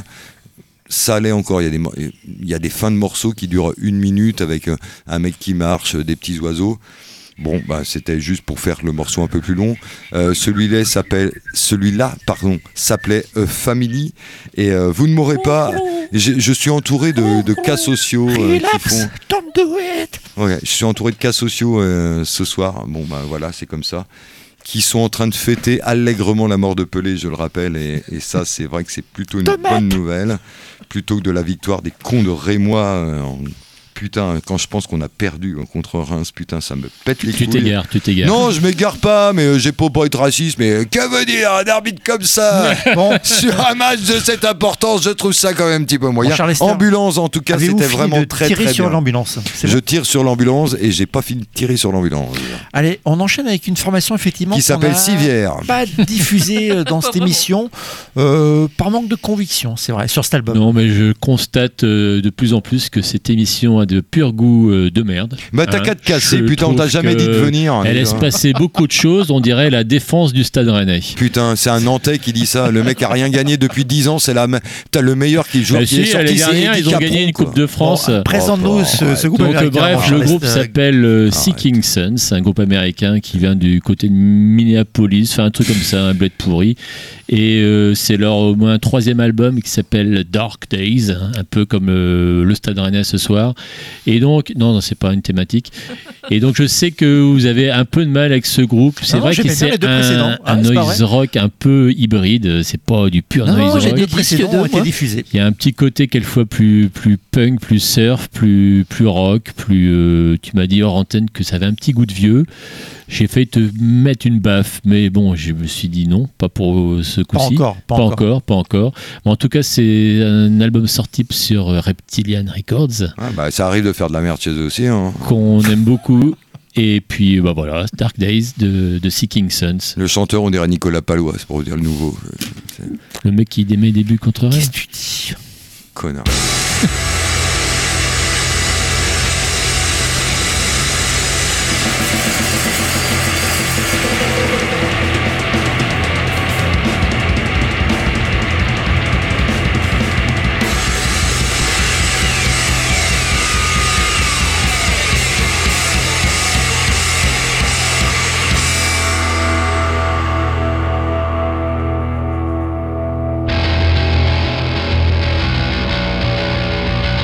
C: ça allait encore. Il y a des, mo- il y a des fins de morceaux qui durent une minute avec euh, un mec qui marche, euh, des petits oiseaux. Bon, bah, c'était juste pour faire le morceau un peu plus long. Euh, celui-là s'appelle, celui-là, pardon, s'appelait euh, Family. Et euh, vous ne m'aurez pas. Je, je suis entouré de, de cas sociaux euh, qui font.
D: Don't do it.
C: Ouais, je suis entouré de cas sociaux euh, ce soir. Bon, bah voilà, c'est comme ça. Qui sont en train de fêter allègrement la mort de Pelé, je le rappelle, et, et ça, c'est vrai que c'est plutôt une bonne nouvelle, plutôt que de la victoire des cons de Rémois. euh, en- Putain, quand je pense qu'on a perdu euh, contre Reims, putain, ça me pète les
F: Tu
C: couilles.
F: t'égares, tu t'égares.
C: Non, je m'égare pas, mais euh, j'ai pas pour être raciste, mais euh, que veut dire un arbitre comme ça
D: Bon,
C: sur un match de cette importance? Je trouve ça quand même un petit peu moyen.
D: Bon, Charles Lester,
C: Ambulance, en tout cas,
D: avez-vous
C: c'était
D: fini
C: vraiment
D: de
C: très
D: tirer
C: très
D: sur
C: bien.
D: l'ambulance? C'est
C: Je
D: bon.
C: tire sur l'ambulance et j'ai pas fini de tirer sur l'ambulance.
D: Allez, on enchaîne avec une formation effectivement
C: Qui
D: qu'on
C: s'appelle
D: a
C: Sivière.
D: pas diffusée euh, dans cette émission euh, par manque de conviction, c'est vrai, sur cet album.
F: Non, mais je constate euh, de plus en plus que cette émission a de pur goût euh, de merde.
C: Bah t'as
F: Hein,
C: qu'à te casser,
F: je
C: putain, on t'a
F: trouve
C: jamais
F: que
C: dit de venir.
F: Elle laisse passer beaucoup de choses, on dirait la défense du Stade Rennais.
C: Putain, c'est un Nantais qui dit ça. Le mec a rien gagné depuis dix ans. C'est la. me- T'as le meilleur qui joue.
F: Bah
C: qui
F: si,
C: est sorti,
F: l'année
C: c'est
F: dernière,
C: Eddie
F: ils ont
C: Capron,
F: gagné une
C: quoi.
F: Coupe de France.
D: Bon, présente-nous
C: Oh,
D: ce, ce groupe
F: Donc euh,
D: américain,
F: bref,
D: mon
F: le
D: Charles
F: groupe
D: Lester.
F: s'appelle euh, Seeking Sons, un groupe américain qui vient du côté de Minneapolis, enfin un truc comme ça, un bled pourri. Et euh, c'est leur au moins un troisième album qui s'appelle Dark Days, hein, un peu comme euh, le Stade Rennais ce soir. Et donc, non, non, c'est pas une thématique. Et donc je sais que vous avez un peu de mal avec ce groupe. C'est
D: Non,
F: vrai
D: j'aimais
F: que
D: bien les
F: c'est
D: deux précédents.
F: un,
D: Ah,
F: un
D: c'est pas
F: noise rock un peu hybride. C'est pas du pur
D: Non,
F: noise
D: j'ai
F: rock.
D: deux précédents ont été diffusés.
F: Il y a un petit côté quelquefois plus, plus punk, plus surf, plus, plus rock, plus. euh, tu m'as dit hors antenne que ça avait un petit goût de vieux. J'ai failli te mettre une baffe, mais bon, je me suis dit non, pas pour ce
D: Pas
F: coup-ci.
D: encore, pas
F: Pas
D: encore.
F: encore, pas encore. Mais en tout cas, c'est un album sorti sur Reptilian Records
C: Ah, bah, ça arrive de faire de la merde chez eux aussi. Hein.
F: qu'on aime beaucoup. Et puis, bah voilà, Dark Days de, de Seeking Sons.
C: Le chanteur, on dirait Nicolas Palois, c'est pour vous dire le nouveau. C'est
F: Le mec qui démet des buts contre
D: Qu'est-ce
F: Rennes.
D: que tu dis?
C: connard.
E: Thank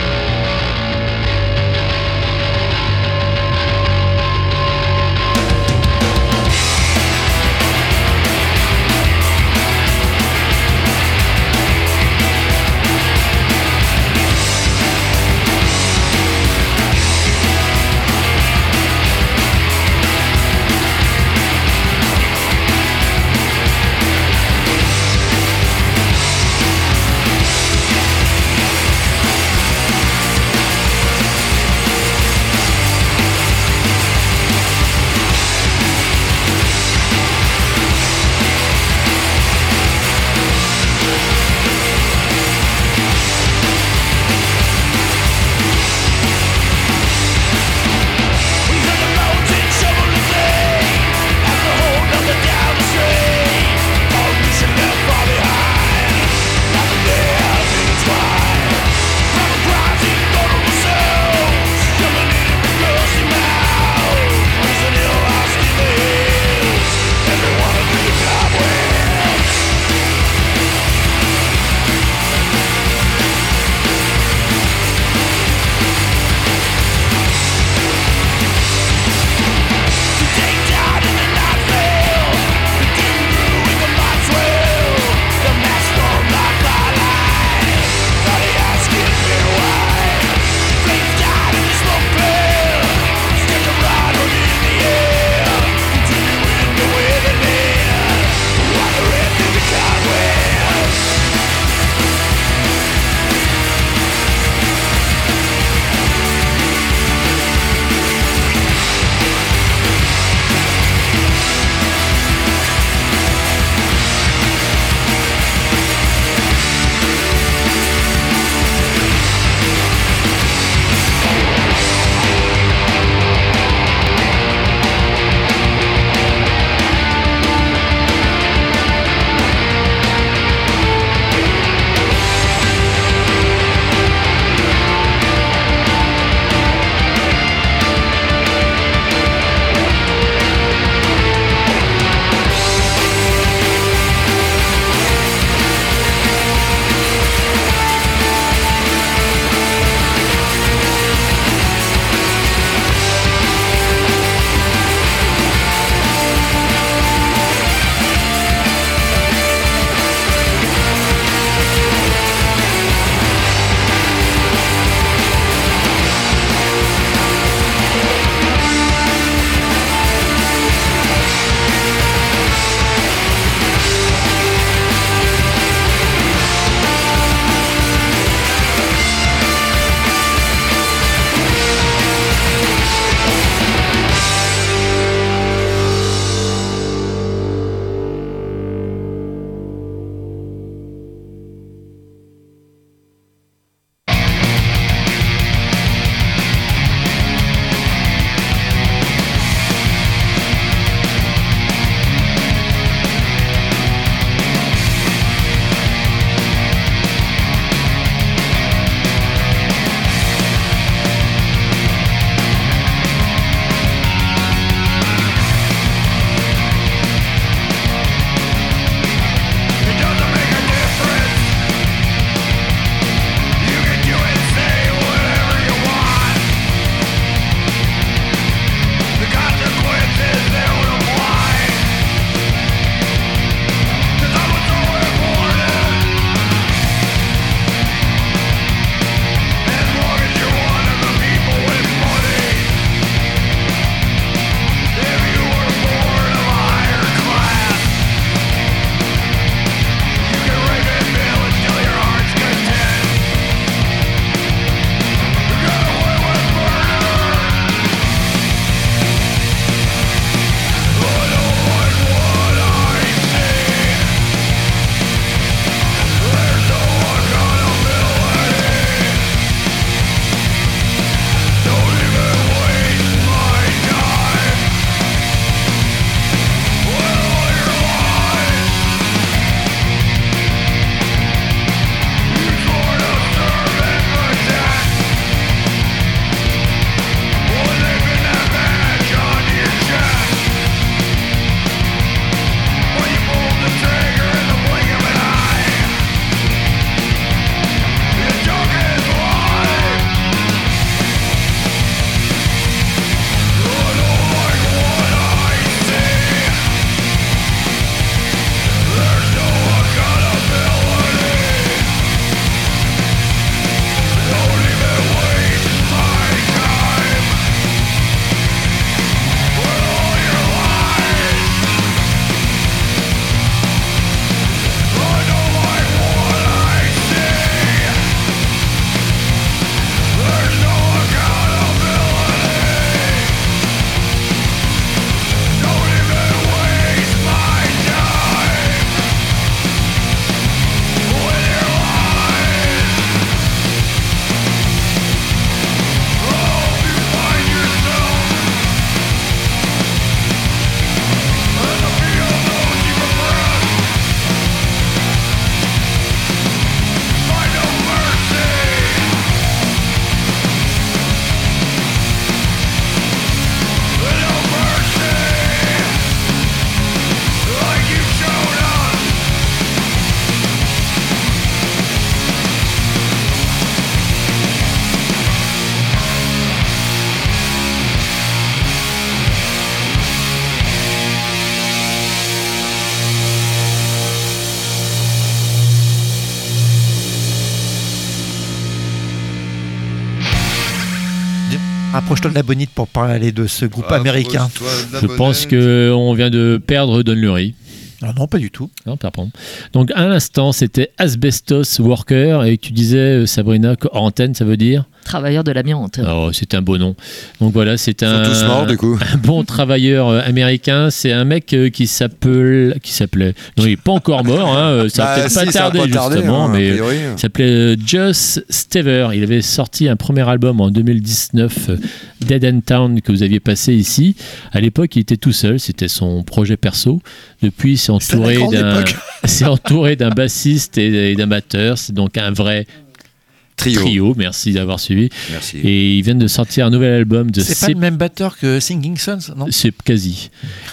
D: rapproche-toi de la bonite pour parler de ce groupe
C: Ah,
D: américain.
C: repose-toi de la
F: Je pense
C: bonnette.
F: qu'on vient de perdre Don Lurie.
D: Ah non, pas du tout.
F: Non, pardon. Donc à l'instant, c'était Asbestos Worker, et tu disais, euh, Sabrina, hors antenne, ça veut dire
H: Travailleur de l'amiante.
F: Oh, c'est un beau nom. Donc voilà, c'est
C: Ils
F: un,
C: sont tous morts, du coup.
F: un bon travailleur euh, américain. C'est un mec euh, qui s'appelle, qui s'appelait. Non, il n'est pas encore mort. Hein, euh, ça
C: Bah,
F: a peut-être
C: si,
F: pas
C: ça a
F: tardé
C: pas tardé,
F: justement,
C: hein, a
F: mais euh,
C: priori.
F: il s'appelait euh, Joss Stever. Il avait sorti un premier album en deux mille dix-neuf, euh, Dead End Town, que vous aviez passé ici. À l'époque, il était tout seul. C'était son projet perso. Depuis, il s'est
D: C'est la
F: entouré
D: grande
F: d'un,
D: époque.
F: s'est entouré d'un bassiste et, et d'un batteur. C'est donc un vrai
C: Trio.
F: trio. Merci d'avoir suivi.
C: Merci.
F: Et ils viennent de sortir un nouvel album de
D: C'est pas
F: Sep-
D: le même batteur que Singing Sons, non?
F: C'est quasi.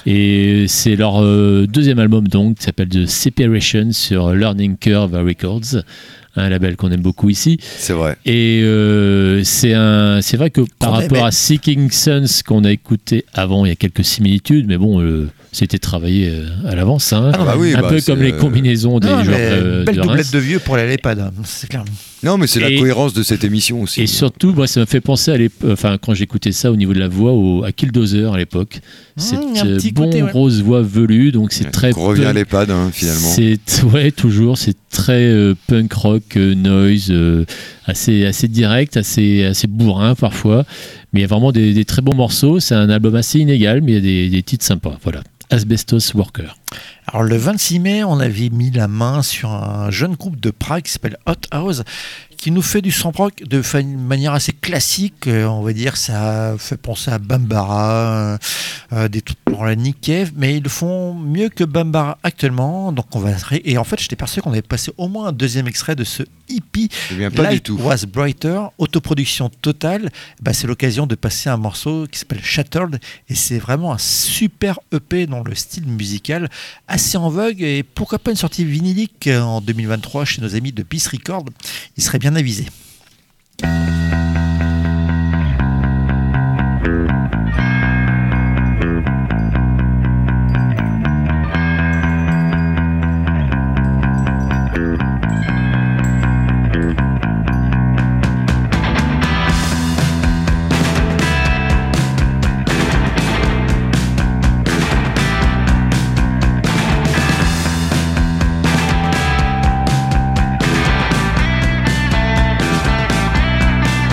F: Et c'est leur euh, deuxième album donc, qui s'appelle The Separation sur Learning Curve Records, un label qu'on aime beaucoup ici.
C: C'est vrai.
F: Et euh, c'est un, c'est vrai que par
D: Qu'on
F: rapport
D: aimait.
F: à Seeking Sons qu'on a écouté avant, il y a quelques similitudes, mais bon, euh, c'était travaillé euh, à l'avance. Hein.
C: Ah bah oui,
F: un
C: bah,
F: peu
C: c'est,
F: comme les
C: euh,
F: combinaisons des
D: Non,
F: joueurs
D: mais
F: euh,
D: belle
F: de
D: doublette
F: Reims.
D: de vieux pour aller à l'EHPAD, c'est clair.
C: Non, mais c'est la
F: Et-
C: cohérence de cette émission aussi.
F: Et surtout, moi, ça m'a fait penser à l'ép- enfin, quand j'écoutais ça au niveau de la voix au, à Killdozer à l'époque. Cette
D: Mmh, il y a un petit
F: bon
D: côté, ouais.
F: grosse voix velue, donc c'est très.
C: On revient
F: punk-
C: à l'EHPAD, hein, finalement.
F: C'est ouais, toujours, c'est très euh, punk rock, euh, noise, euh, assez assez direct, assez assez bourrin parfois, mais il y a vraiment des, des très bons morceaux. C'est un album assez inégal, mais il y a des, des titres sympas. Voilà, Asbestos Worker.
D: Alors le vingt-six mai, on avait mis la main sur un jeune groupe de Prague qui s'appelle Hot House, qui nous fait du son rock de fa- une manière assez classique. Euh, on va dire ça fait penser à Bambara, euh, euh, des trucs dans la Nick Cave, mais ils le font mieux que Bambara actuellement. Donc on va ré- et en fait j'étais persuadé qu'on avait passé au moins un deuxième extrait de ce hippie.
C: Je viens pas du
D: Life
C: tout.
D: Was Brighter, autoproduction totale. Bah, c'est l'occasion de passer un morceau qui s'appelle Shattered, et c'est vraiment un super E P dans le style musical, assez en vogue, et pourquoi pas une sortie vinylique en deux mille vingt-trois chez nos amis de Peace Records. Ils seraient bien avisés.
E: Shattered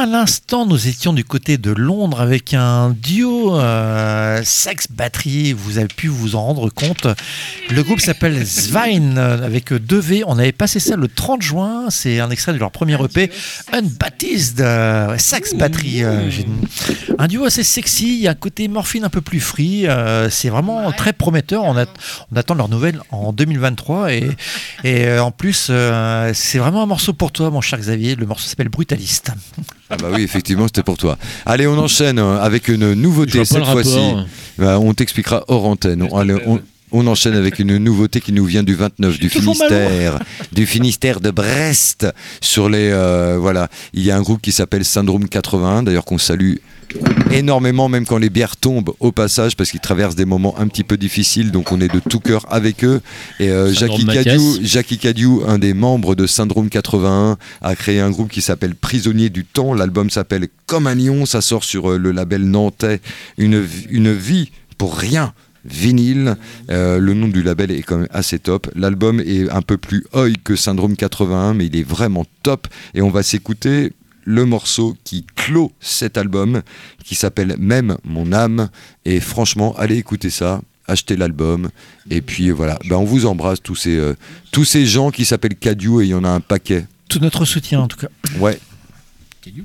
D: À l'instant, nous étions du côté de Londres avec un duo euh, Sex Battery. Vous avez pu vous en rendre compte. Le groupe s'appelle Svein avec deux V. On avait passé ça le trente juin. C'est un extrait de leur premier E P, Unbaptized euh, Sex Battery. Euh, j'ai un duo assez sexy. Il y a un côté morphine un peu plus free. Euh, c'est vraiment très prometteur. On, a, on attend leur nouvelle en deux mille vingt-trois. Et, et euh, en plus, euh, c'est vraiment un morceau pour toi, mon cher Xavier. Le morceau s'appelle Brutaliste.
C: Ah bah oui, effectivement, c'était pour toi. Allez, on enchaîne avec une nouveauté cette fois-ci. Bah, on t'expliquera hors antenne. On, allez, on, on enchaîne avec une nouveauté qui nous vient du vingt-neuf, du Finistère, du Finistère de Brest. Sur les, euh, voilà, il y a un groupe qui s'appelle Syndrome quatre-vingt-un, d'ailleurs qu'on salue énormément, même quand les bières tombent au passage, parce qu'ils traversent des moments un petit peu difficiles, donc on est de tout cœur avec eux. Et euh, Jackie Cadieux, Jackie Cadieux, un des membres de Syndrome quatre-vingt-un, a créé un groupe qui s'appelle Prisonnier du Temps. L'album s'appelle Comme un lion, ça sort sur euh, le label nantais Une, une vie pour rien. Vinyle, euh, le nom du label est quand même assez top. L'album est un peu plus oi que Syndrome quatre-vingt-un, mais il est vraiment top. Et on va s'écouter le morceau qui clôt cet album, qui s'appelle Même mon âme. Et franchement, allez écouter ça, achetez l'album. Et puis voilà, ben on vous embrasse tous ces, euh, tous ces gens qui s'appellent Cadieux, et il y en a un paquet.
D: Tout notre soutien en tout cas.
C: Ouais.
F: Cadieux.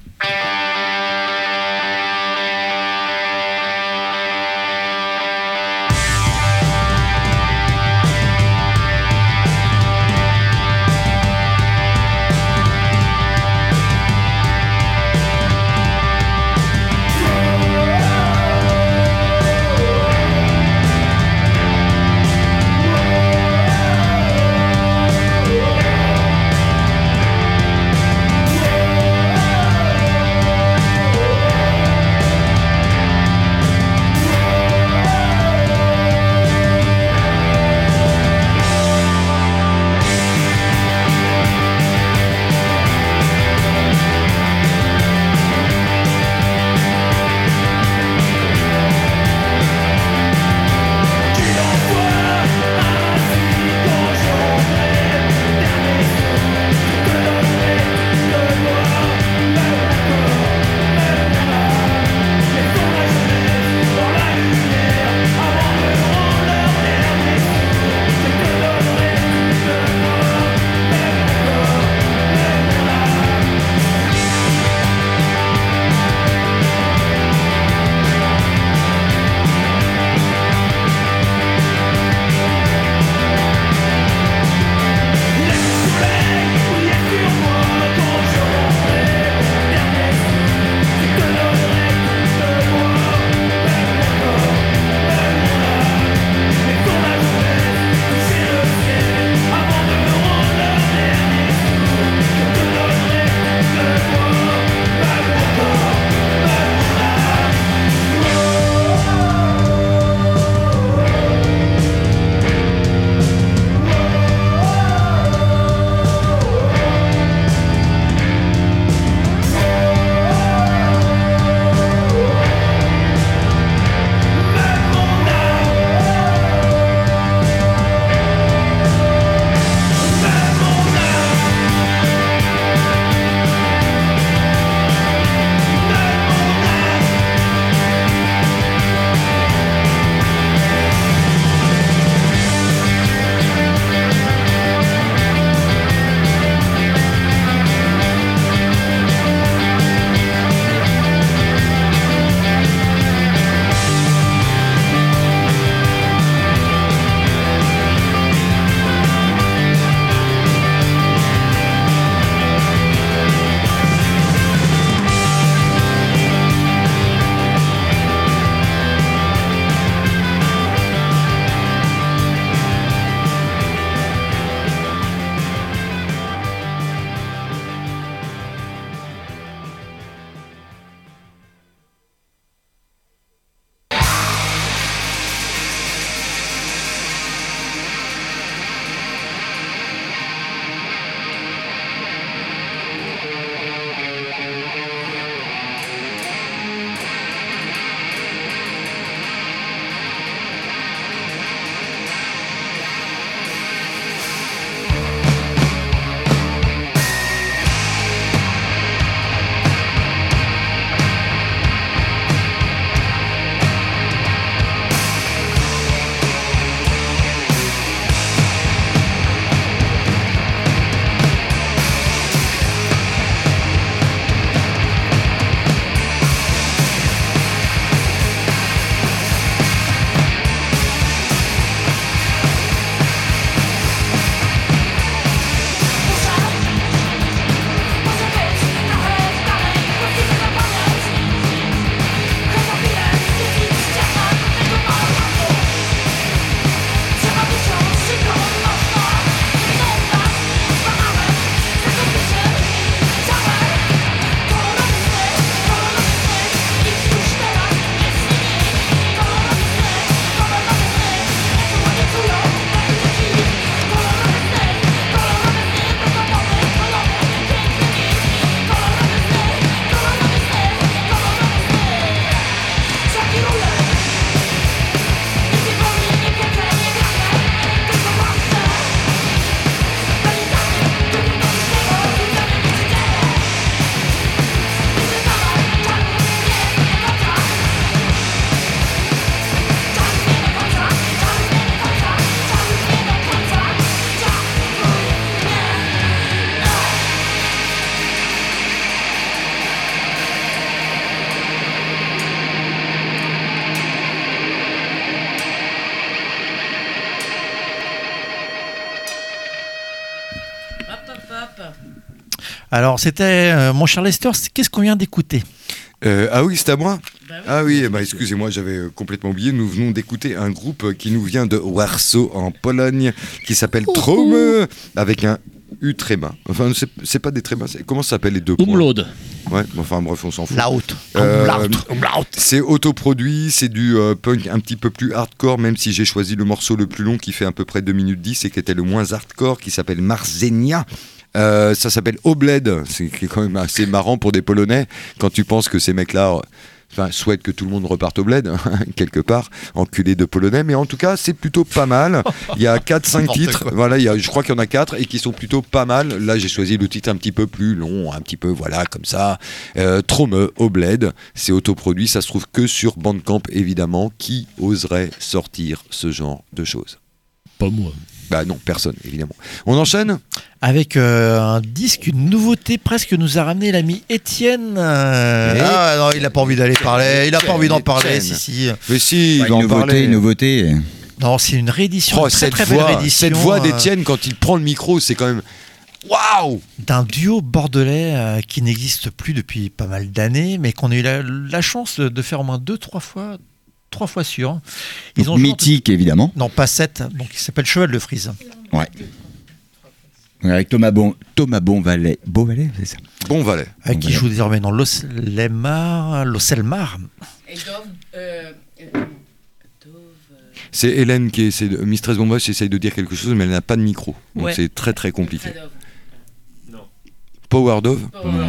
G: Thank
D: Alors, c'était euh, mon cher Lester, c'est- qu'est-ce qu'on vient d'écouter?
C: Euh, ah oui, c'est à moi. Ah oui, eh ben, excusez-moi, j'avais euh, complètement oublié. Nous venons d'écouter un groupe euh, qui nous vient de Warsaw en Pologne, qui s'appelle Trome, avec un U tréma. Enfin, c'est, c'est pas des trémas. c'est- Comment ça s'appelle les deux points?
F: Umlaut.
C: Ouais, enfin bref, on s'en fout.
D: Laut.
C: Euh,
D: Umlaut.
C: C'est autoproduit, c'est du euh, punk un petit peu plus hardcore, même si j'ai choisi le morceau le plus long qui fait à peu près deux minutes dix et qui était le moins hardcore, qui s'appelle Marzenia. Euh, ça s'appelle Obled, c'est qui est quand même assez marrant pour des Polonais quand tu penses que ces mecs-là euh, enfin, souhaitent que tout le monde reparte au bled, quelque part, enculé de Polonais, mais en tout cas c'est plutôt pas mal. Il y a quatre cinq
D: N'importe
C: titres,
D: quoi.
C: voilà, il y a, je crois qu'il y en a quatre et qui sont plutôt pas mal. Là j'ai choisi le titre un petit peu plus long, un petit peu voilà comme ça. Euh, Trome Obled, c'est autoproduit, ça se trouve que sur Bandcamp évidemment. Qui oserait sortir ce genre de choses?
F: Pas moi.
C: Bah non, personne évidemment. On enchaîne?
D: Avec euh, un disque, une nouveauté presque nous a ramené l'ami Étienne. Euh,
C: Et-
D: Ah non, il a pas envie d'aller parler, il a pas envie d'en parler,
C: Étienne.
D: si si.
C: Mais si, il
H: Bah,
C: va en
H: une nouveauté,
C: parler.
H: une nouveauté.
D: Non, c'est une réédition,
C: Oh,
D: une très
C: cette
D: très belle
C: voix,
D: réédition.
C: cette voix
D: euh,
C: d'Étienne quand il prend le micro, c'est quand même waouh.
D: d'un duo bordelais euh, qui n'existe plus depuis pas mal d'années, mais qu'on a eu la, la chance de faire au moins deux, trois fois, trois fois sûr. Ils
H: Donc,
D: ont joué en-
H: mythique, évidemment.
D: Non, pas sept, donc il s'appelle Cheval de Frise.
H: Ouais. Avec Thomas Bon, Thomas Bonvalet. Beauvalet, c'est ça.
C: Bon Valet.
D: Avec qui
H: Voilà.
D: joue désormais dans l'Osselmar, l'Osselmar.
A: Et Dove, euh, euh, Dove, euh,
C: C'est Hélène qui essaie de, Mistress Bombache essaye de dire quelque chose, mais elle n'a pas de micro. Donc
A: Ouais.
C: c'est très très compliqué.
A: Très Dove.
C: Power Dove.
A: Power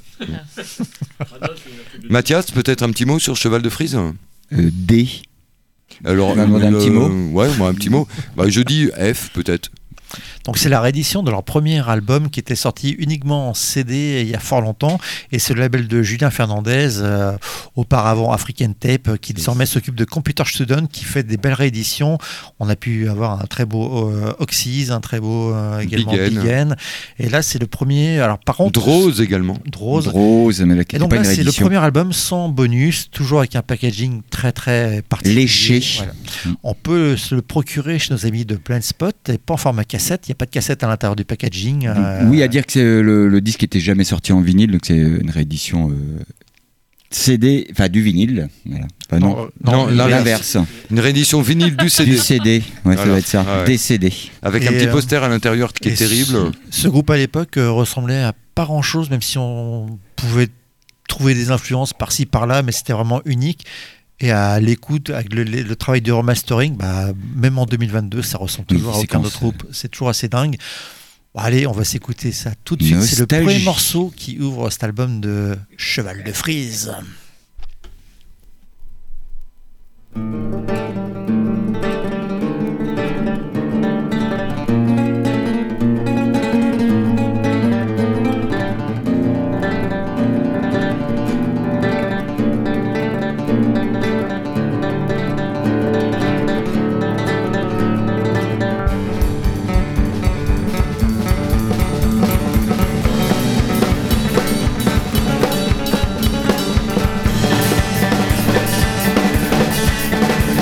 C: Mathias, peut-être un petit mot sur Cheval de Frise?
H: Euh, D.
C: Alors,
H: Tu vas demander un
C: le-
H: petit mot
C: Ouais, moi un petit mot. Bah, je dis F peut-être.
D: Donc c'est la réédition de leur premier album qui était sorti uniquement en C D il y a fort longtemps, et c'est le label de Julien Fernandez, euh, auparavant African Tape, euh, qui désormais s'occupe de Computer Student, qui fait des belles rééditions. On a pu avoir un très beau euh, Oxys, un très beau euh, également
C: Big N.
D: Big N. Et là c'est le premier. Alors par contre,
C: Drose également.
D: Drose.
H: Rose, mais la
D: Et donc
H: pas
D: là
H: une
D: c'est le
H: réédition.
D: premier album sans bonus, toujours avec un packaging très très particulier.
H: Léché.
D: Voilà.
H: Mm.
D: On peut se le procurer chez nos amis de Blind Spot, et pas en format cassette. Il n'y a pas de cassette à l'intérieur du packaging. euh,
H: Oui, à dire que c'est le, le disque était jamais sorti en vinyle, donc c'est une réédition euh, C D, enfin du vinyle. Voilà. Enfin, non,
D: Non,
C: non,
H: l'inverse.
C: l'inverse. Une réédition vinyle du C
H: Du
C: D.
H: C D, ouais, ça
C: Alors,
H: va être ça.
C: ah ouais.
H: Des C D.
C: Avec
D: Et,
C: un petit
D: euh,
C: poster à l'intérieur qui
D: et
C: est terrible.
D: Ce, ce groupe à l'époque euh, ressemblait à pas grand chose, même si on pouvait trouver des influences par-ci par-là, mais c'était vraiment unique. Et à l'écoute, avec le, le- le travail de remastering, bah, même en deux mille vingt-deux, ça ressemble
H: Oui,
D: toujours à aucun
H: séquence,
D: autre groupe. C'est toujours assez dingue. Bon, allez, on va s'écouter ça tout de suite. C'est le
H: Nostalgie.
D: premier morceau qui ouvre cet album de Cheval de Frise.
E: Thank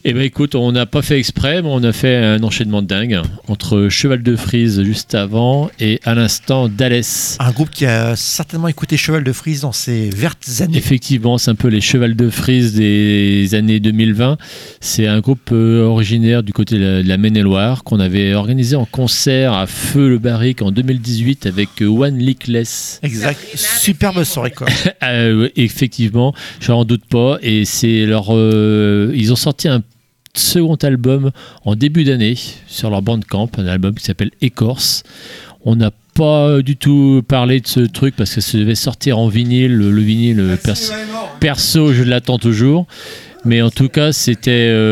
F: Eh ben écoute, on n'a pas fait exprès, mais on a fait un enchaînement de dingue entre Cheval de Frise juste avant et à l'instant Dalès.
D: Un groupe qui a certainement écouté Cheval de Frise dans ses vertes années.
F: Effectivement, c'est un peu les Cheval de Frise des années deux mille vingt. C'est un groupe euh, originaire du côté de la, de la Maine-et-Loire qu'on avait organisé en concert à Feu le Barrique en deux mille dix-huit avec euh, One Lickless.
D: Exact. Superbe soirée quoi.
F: euh, effectivement, je n'en doute pas. Et c'est leur, euh, ils ont sorti un second album en début d'année sur leur Bandcamp, un album qui s'appelle Écorce. On n'a pas du tout parlé de ce truc parce que ça devait sortir en vinyle. Le, le vinyle, perso, perso, je l'attends toujours. Mais en tout cas, c'était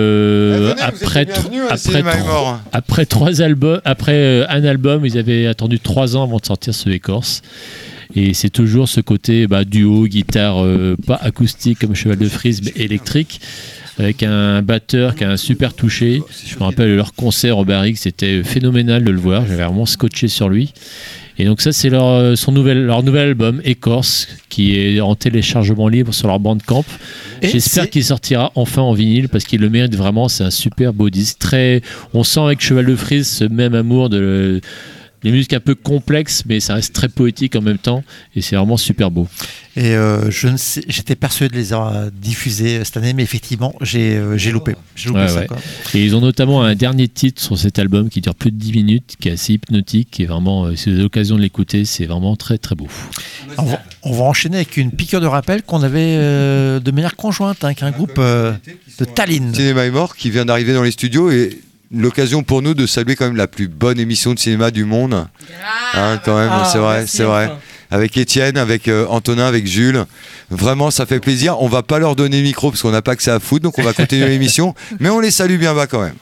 F: euh, après, tr- après, tr- après trois albums, après euh, un album, ils avaient attendu trois ans avant de sortir ce Écorce. Et c'est toujours ce côté bah, duo, guitare, euh, pas acoustique comme Cheval de Frise, mais électrique, avec un batteur qui a un super touché. Je me rappelle leur concert au Barrique, c'était phénoménal de le voir. J'avais vraiment scotché sur lui. Et donc ça, c'est leur, son nouvel, leur nouvel album, Écorce, qui est en téléchargement libre sur leur Bandcamp. Et j'espère c'est... qu'il sortira enfin en vinyle, parce qu'il le mérite vraiment. C'est un super beau disque. Très, on sent avec Cheval de Frise ce même amour de... Les musiques un peu complexes, mais ça reste très poétique en même temps, et c'est vraiment super beau.
D: Et euh, je ne sais, j'étais persuadé de les avoir diffusés cette année, mais effectivement, j'ai, euh, j'ai loupé. J'ai loupé
F: ouais,
D: ça,
F: ouais.
D: quoi.
F: Et ils ont notamment un dernier titre sur cet album qui dure plus de dix minutes, qui est assez hypnotique, qui est vraiment, euh, si vous avez l'occasion de l'écouter, c'est vraiment très très beau.
D: On va, on va enchaîner avec une piqûre de rappel qu'on avait euh, de manière conjointe avec un groupe euh, de Tallinn.
C: Cinéma est mort, qui vient d'arriver dans les studios et l'occasion pour nous de saluer quand même la plus bonne émission de cinéma du monde. Hein, quand même, ah, c'est vrai, c'est vrai. Enfin. Avec Étienne, avec euh, Antonin, avec Jules. Vraiment, ça fait plaisir. On va pas leur donner le micro parce qu'on n'a pas accès à foot, donc on va continuer l'émission. Mais on les salue bien bas quand même.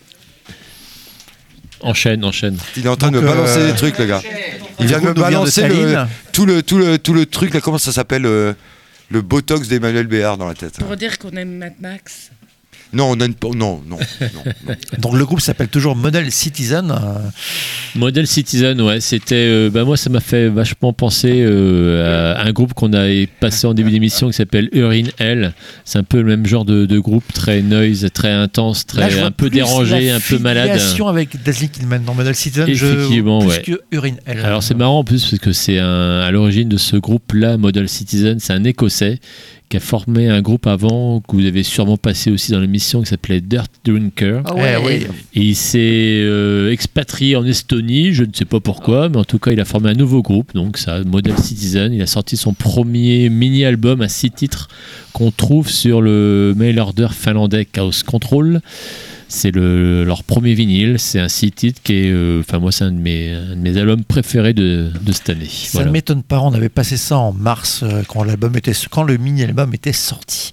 F: Enchaîne, enchaîne.
C: Il est en train donc, de me balancer euh... des trucs, le gars. Il vient de me balancer
D: de
C: le, tout, le, tout, le, tout le truc, là, comment ça s'appelle euh, le botox d'Emmanuel Béard dans la tête.
I: Pour dire qu'on aime Mad Max.
C: Non, on a une... non, non, non, non.
D: Donc le groupe s'appelle toujours Model Citizen. Euh...
F: Model Citizen, ouais. C'était, euh, bah moi, ça m'a fait vachement penser euh, à un groupe qu'on a passé en début d'émission qui s'appelle Urine Hell. C'est un peu le même genre de, de groupe, très noise, très intense, très Là, un peu dérangé, un peu malade.
D: Relation avec Dazzling Kidman dans Model Citizen.
F: Effectivement,
D: je...
F: ouais.
D: Plus que Urine Hell.
F: Alors c'est marrant en plus parce que c'est un, à l'origine de ce groupe-là, Model Citizen, c'est un Écossais qui a formé un groupe avant que vous avez sûrement passé aussi dans l'émission qui s'appelait Dirt Drinker.
D: Oh ouais,
F: eh oui. Et il s'est euh, expatrié en Estonie, je ne sais pas pourquoi, mais en tout cas il a formé un nouveau groupe, donc ça, Model Citizen. Il a sorti son premier mini-album à six titres qu'on trouve sur le mail order finlandais Chaos Control. C'est le, leur premier vinyle, c'est un six titres qui est, enfin euh, moi c'est un de mes, un de mes albums préférés de, de cette année.
D: Ça
F: voilà.
D: ne m'étonne pas, on avait passé ça en mars euh, quand l'album était, quand le mini-album était sorti.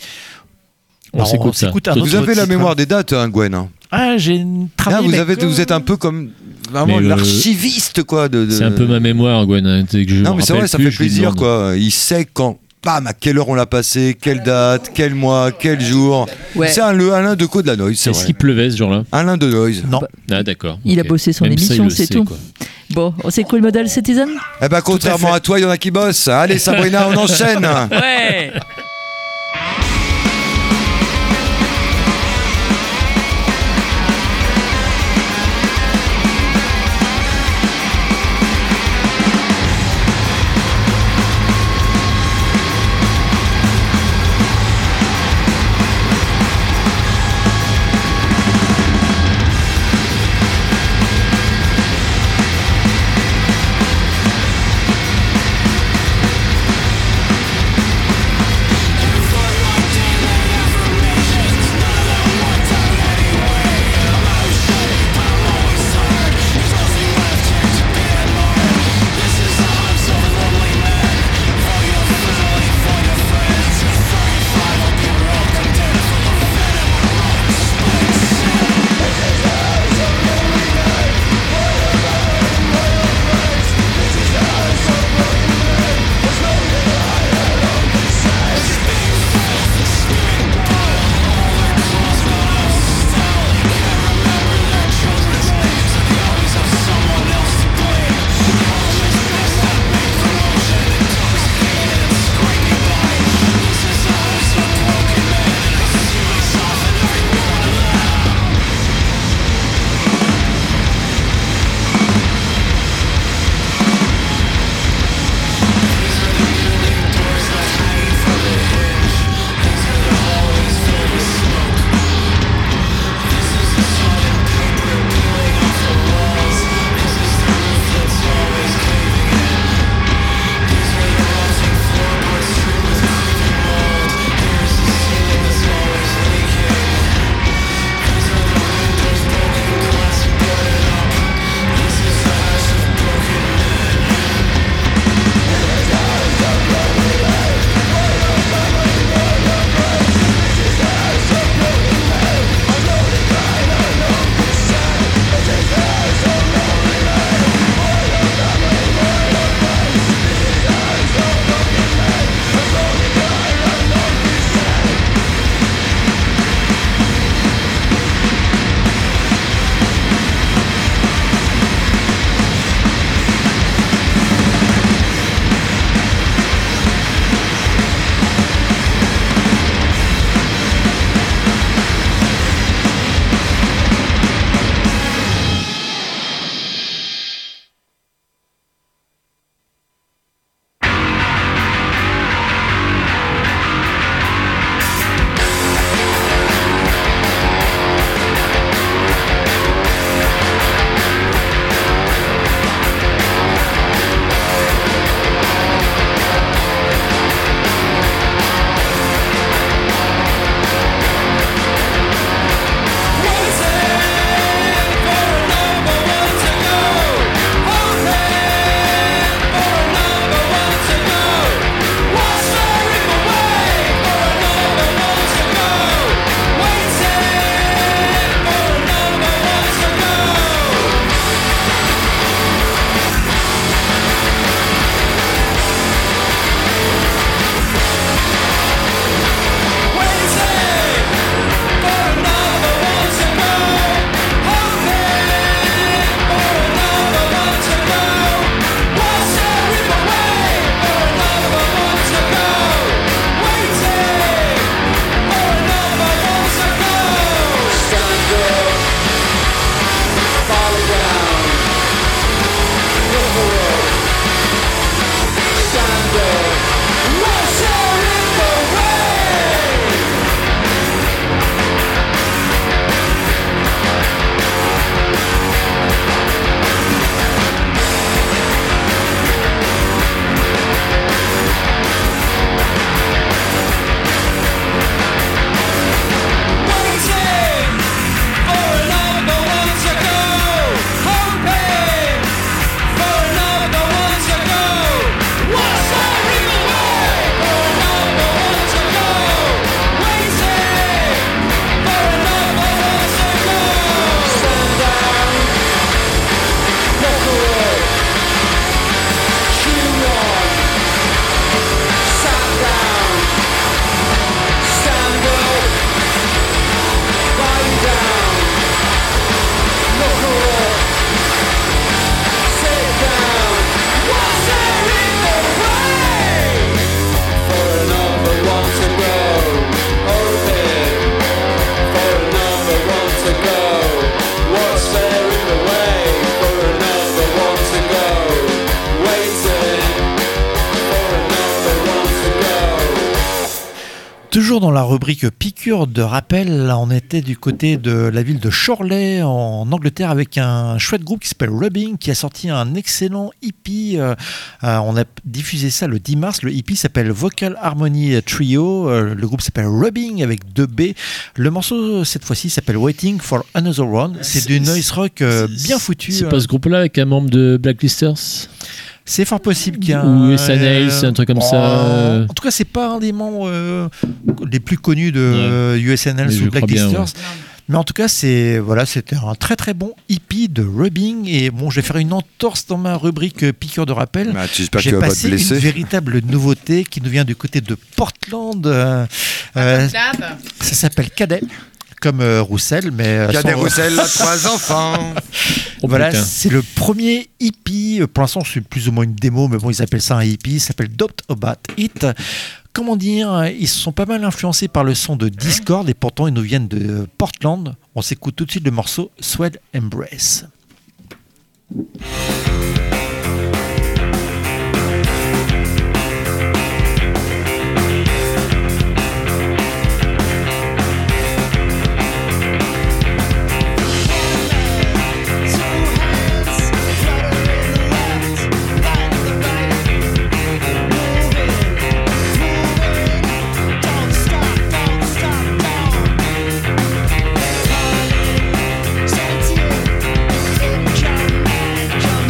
F: On bah, s'écoute on ça.
C: Un vous avez la mémoire des dates, hein, Gwen. Hein.
D: Ah, j'ai une travaillé.
C: Vous, avez, vous êtes un peu comme vraiment mais l'archiviste, quoi. De, de...
F: C'est un peu ma mémoire, Gwen. Hein, que je
C: non, mais c'est vrai, ça
F: plus,
C: fait plaisir, quoi. Il sait quand. Bam, à quelle heure on l'a passé, quelle date, quel mois, quel jour. Ouais. C'est un, le Alain Decaux de la Noise, c'est
F: Est-ce
C: vrai.
F: qu'il pleuvait ce jour-là?
C: Alain de Noise.
D: Non.
F: Ah d'accord.
J: Il okay. a bossé son Même émission, ça, c'est sait, tout. Quoi. Bon, c'est cool, Model Citizen?
C: Eh ben, contrairement à, à toi, il y en a qui bossent. Allez, Sabrina, on enchaîne.
J: Ouais.
E: We'll be right back.
D: Toujours dans la rubrique piqûre de rappel, là, on était du côté de la ville de Chorley en Angleterre avec un chouette groupe qui s'appelle Rubbing qui a sorti un excellent E P. Euh, euh, on a diffusé ça le dix mars. Le E P s'appelle Vocal Harmony Trio. Euh, le groupe s'appelle Rubbing avec deux B. Le morceau cette fois-ci s'appelle Waiting for Another One. C'est, c'est du noise rock euh, bien foutu.
F: C'est pas ce groupe-là avec un membre de Blacklisters ?
D: C'est fort possible qu'il y a
F: ou S N L, c'est un truc comme
D: oh,
F: ça.
D: En tout cas, c'est pas un des membres euh, les plus connus de ouais. U S N L ou Blacklisters. Ouais. Mais en tout cas, c'est voilà, c'était un très très bon E P de Rubbing. Et bon, je vais faire une entorse dans ma rubrique piqûre de rappel.
C: Bah,
D: J'ai passé une véritable nouveauté qui nous vient du côté de Portland. Euh, euh, ça s'appelle Cadet. Comme euh, Roussel, mais...
C: Il y a des Roussel à trois enfants.
D: Oh, voilà, putain. C'est le premier E P. Pour l'instant, c'est plus ou moins une démo, mais bon, ils appellent ça un E P. Ça s'appelle Dopt About It. Comment dire, ils sont pas mal influencés par le son de Discord et pourtant, ils nous viennent de Portland. On s'écoute tout de suite le morceau Swell Embrace.
K: Jump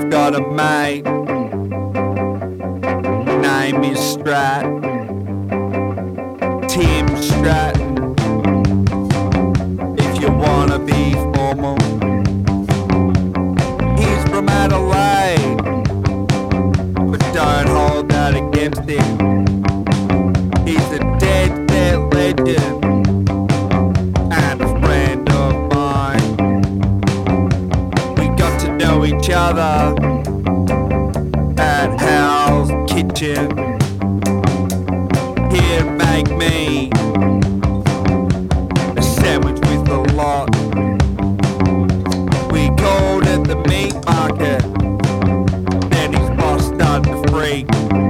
K: I've got a mate, name is Strat, Tim Stratton. If you wanna be formal, he's from Adelaide, but don't hold that against him. He's a dead set legend and a friend of mine. We got to know each other at Hal's Kitchen. He'd make me a sandwich with a lot. We called it the meat market. Then his boss started to freak.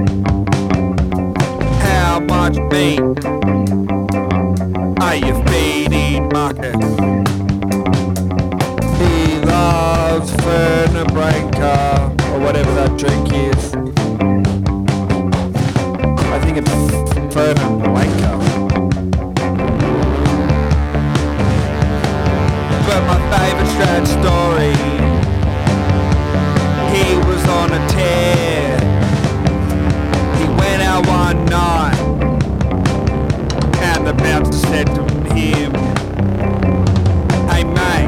K: How much meat are you feeding, Marcus? He loves Ferner Branca, or whatever that drink is. I think it's Ferner Branca. But my favourite Strat story, he was on a tear. He went out one night, and the bouncer said to him, "Hey mate,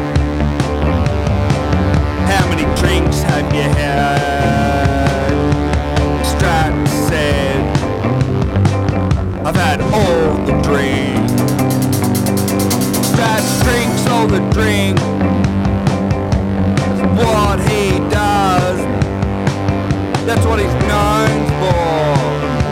K: how many drinks have you had?" Stratton said, "I've had all the drinks." Stratton drinks all the drink. That's what he does. That's what he's known for.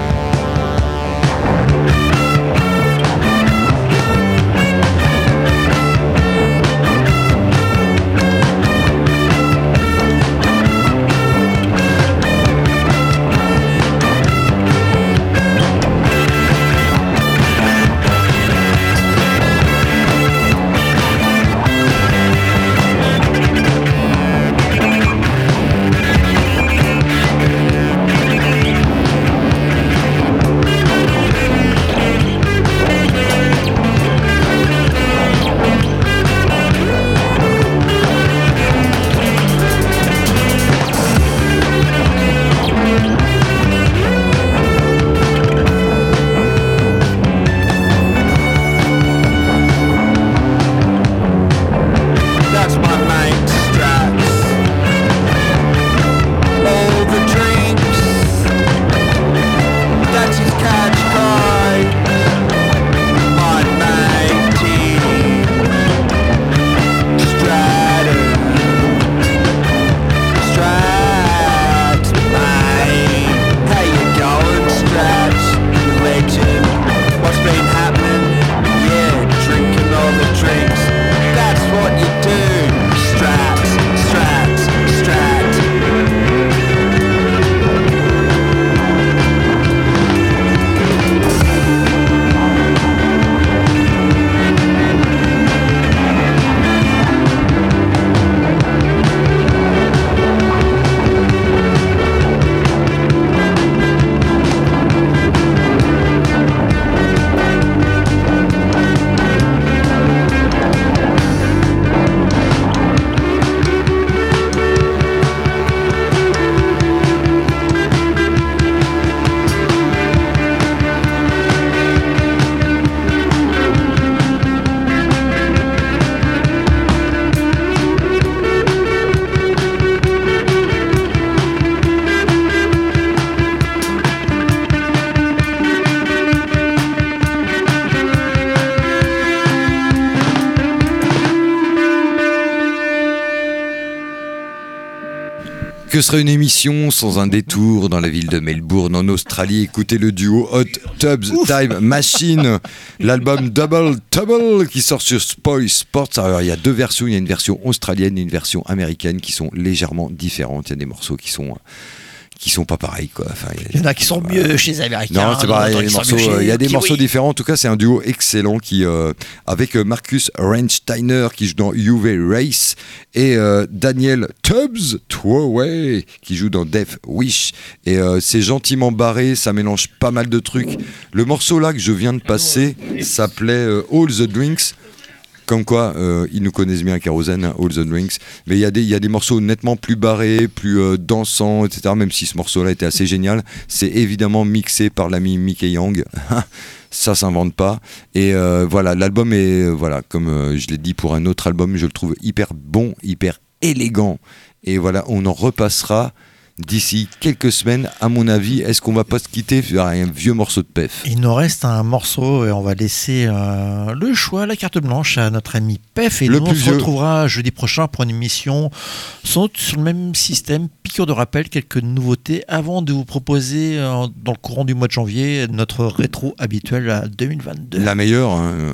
C: Que serait une émission sans un détour dans la ville de Melbourne en Australie? Écoutez le duo Hot Tubs Time Machine, l'album Double Trouble qui sort sur Spoil Sports. Alors il y a deux versions, il y a une version australienne et une version américaine qui sont légèrement différentes. Il y a des morceaux qui sont qui sont pas pareils quoi. Enfin,
D: il y en a qui sont mieux chez les Américains.
C: Non, c'est pareil. Il y a des morceaux, il y a des morceaux différents. En tout cas, c'est un duo excellent qui euh, avec Marcus Reinsteiner qui joue dans U V Race et euh, Daniel Tubbs Twoway qui joue dans Death Wish. Et euh, c'est gentiment barré, ça mélange pas mal de trucs. Le morceau là que je viens de passer s'appelait euh, All the Drinks. Comme quoi, euh, ils nous connaissent bien à Kérosène, All the Drinks. Mais il y, y a des morceaux nettement plus barrés, plus euh, dansants, et cetera. Même si ce morceau-là était assez génial. C'est évidemment mixé par l'ami Mickey Young. Ça s'invente pas. Et euh, voilà, l'album est, euh, voilà, comme euh, je l'ai dit pour un autre album, je le trouve hyper bon, hyper élégant. Et voilà, on en repassera d'ici quelques semaines, à mon avis. Est-ce qu'on va pas se quitter vers un vieux morceau de Pef ?
D: Il nous reste un morceau et on va laisser euh, le choix, la carte blanche à notre ami Pef. Et
C: le
D: nous,
C: plus
D: on se
C: vieux.
D: retrouvera jeudi prochain pour une émission sans doute sur le même système. Piqûre de rappel, quelques nouveautés avant de vous proposer, euh, dans le courant du mois de janvier, notre rétro habituel à deux mille vingt-deux.
C: La meilleure. Hein.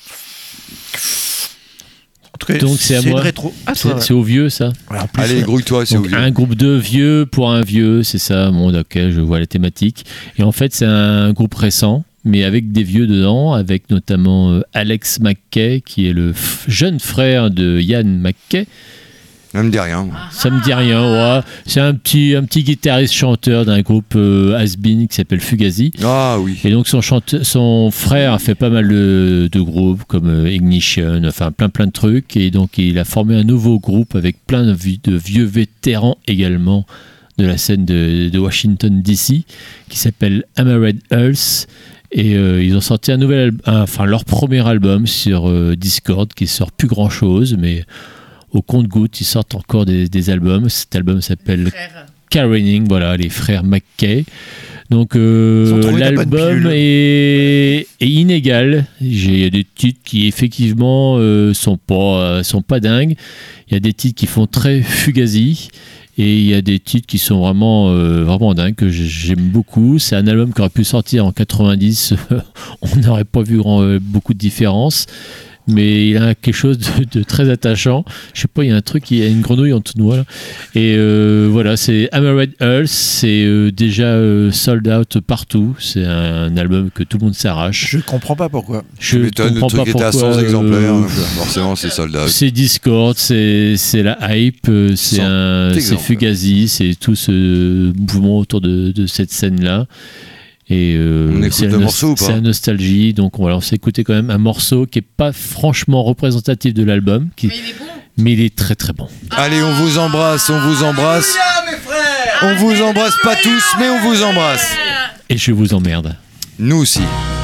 D: En tout cas,
F: Donc c'est à moi.
D: Une rétro. Ah,
F: c'est,
D: toi, ouais.
F: c'est au vieux ça.
D: Ouais, en plus,
C: Allez,
D: euh,
C: grouille-toi, c'est
F: Donc,
C: au vieux.
F: un groupe de vieux pour un vieux, c'est ça. Bon, ok, je vois la thématique. Et en fait, c'est un groupe récent, mais avec des vieux dedans, avec notamment euh, Alex McKay, qui est le f- jeune frère de Ian McKay.
C: Ça me dit rien.
F: Ça me dit rien, ouais. C'est un petit, un petit guitariste-chanteur d'un groupe euh, has-been qui s'appelle Fugazi.
C: Ah oui.
F: Et donc son, chante- son frère a fait pas mal de, de groupes comme euh, Ignition, enfin plein plein de trucs. Et donc il a formé un nouveau groupe avec plein de, vi- de vieux vétérans également de la scène de, de Washington D C qui s'appelle Hammerhead Earth. Et euh, ils ont sorti un nouvel album, enfin leur premier album sur euh, Discord qui sort plus grand chose, mais au compte-gouttes, ils sortent encore des, des albums. Cet album s'appelle Careening, voilà, les frères McKay. Donc euh, l'album est, est inégal. J'ai- Il y a des titres qui effectivement euh, sont pas euh, sont pas dingues. Il y a des titres qui font très Fugazi. Et il y a des titres qui sont vraiment, euh, vraiment dingues, que j'aime beaucoup. C'est un album qui aurait pu sortir en quatre-vingt-dix. On n'aurait pas vu grand, euh, beaucoup de différence. Mais il a quelque chose de, de très attachant. Je sais pas, il y a un truc, il y a une grenouille en dessous de moi là. Et euh, voilà, c'est Hammerhead Earth. C'est euh, déjà euh, sold out partout. C'est un, un album que tout le monde s'arrache.
D: Je comprends pas pourquoi.
F: Je
C: Tu m'étonnes, le
F: comprends
C: truc
F: pas
C: était à
F: pourquoi,
C: cent exemplaires.
F: euh,
C: Forcément, c'est soldat.
F: c'est Discord, c'est, c'est la hype, euh, c'est,
C: cent
F: un, c'est
C: exemplaires.
F: Fugazi, c'est tout ce mouvement autour de, de cette scène-là. Et euh,
C: On écoute
F: c'est,
C: le
F: la nos-
C: morceau ou pas
F: c'est la nostalgie. Donc voilà, on s'est écouté quand même un morceau qui n'est pas franchement représentatif de l'album, qui,
I: Mais il est bon.
F: mais il est très très bon.
C: Allez, on vous embrasse, on vous embrasse. On vous embrasse pas tous, mais on vous embrasse.
F: Et je vous emmerde.
C: Nous aussi.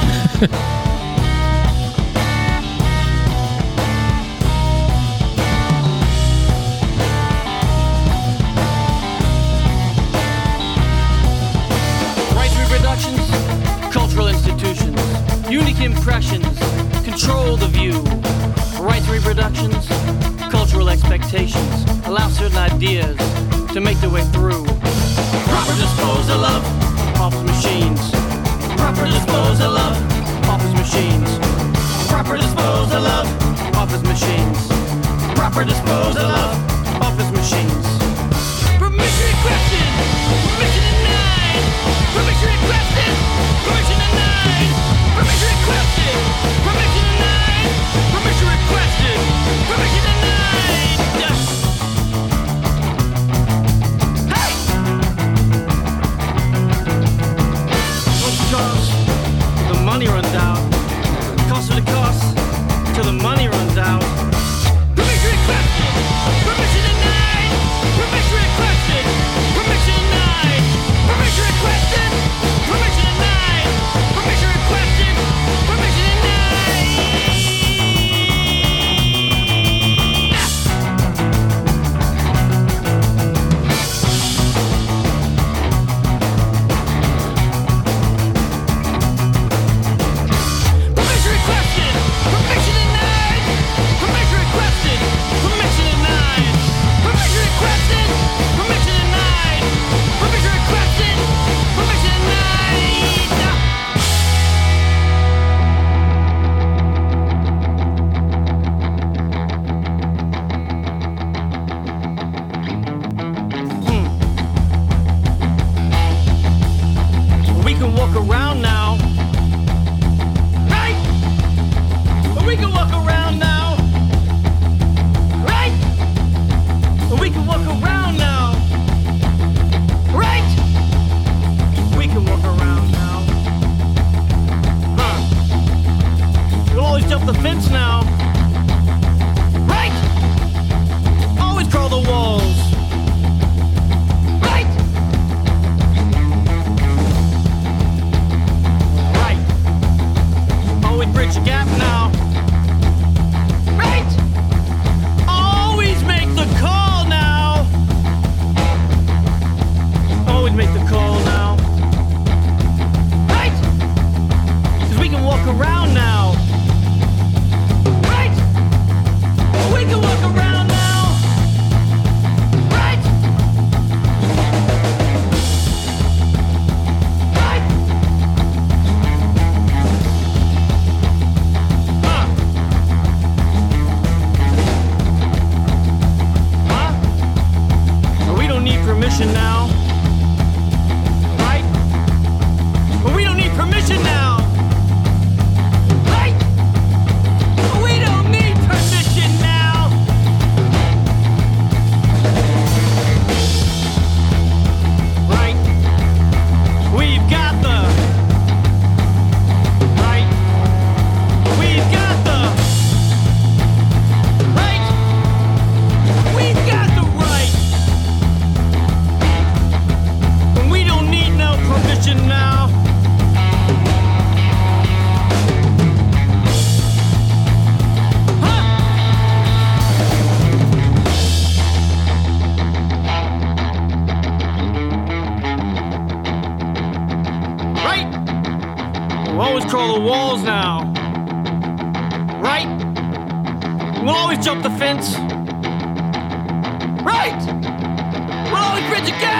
L: Right reproductions, cultural institutions, unique impressions, control the view. Rights reproductions, cultural expectations, allow certain ideas to make their way through. Proper disposal of office machines. Proper disposal of office machines. Proper disposal of office machines. Proper disposal of office machines. Permission requested. Permission denied. Permission requested. Permission denied. Permission requested. Permission denied. Permission requested. Permission denied. Hey! Cost to cost, the money runs out. Cost of the cost, till the money runs out. Permission requested. Permission permission now. Right? But we don't need permission now. Right? But we don't need permission now. Right? We've got the right. We've got the right. We've got the right. And we don't need no permission now. Right? We'll always crawl the walls now. Right? We'll always jump the fence. Right? We'll always bridge a gap.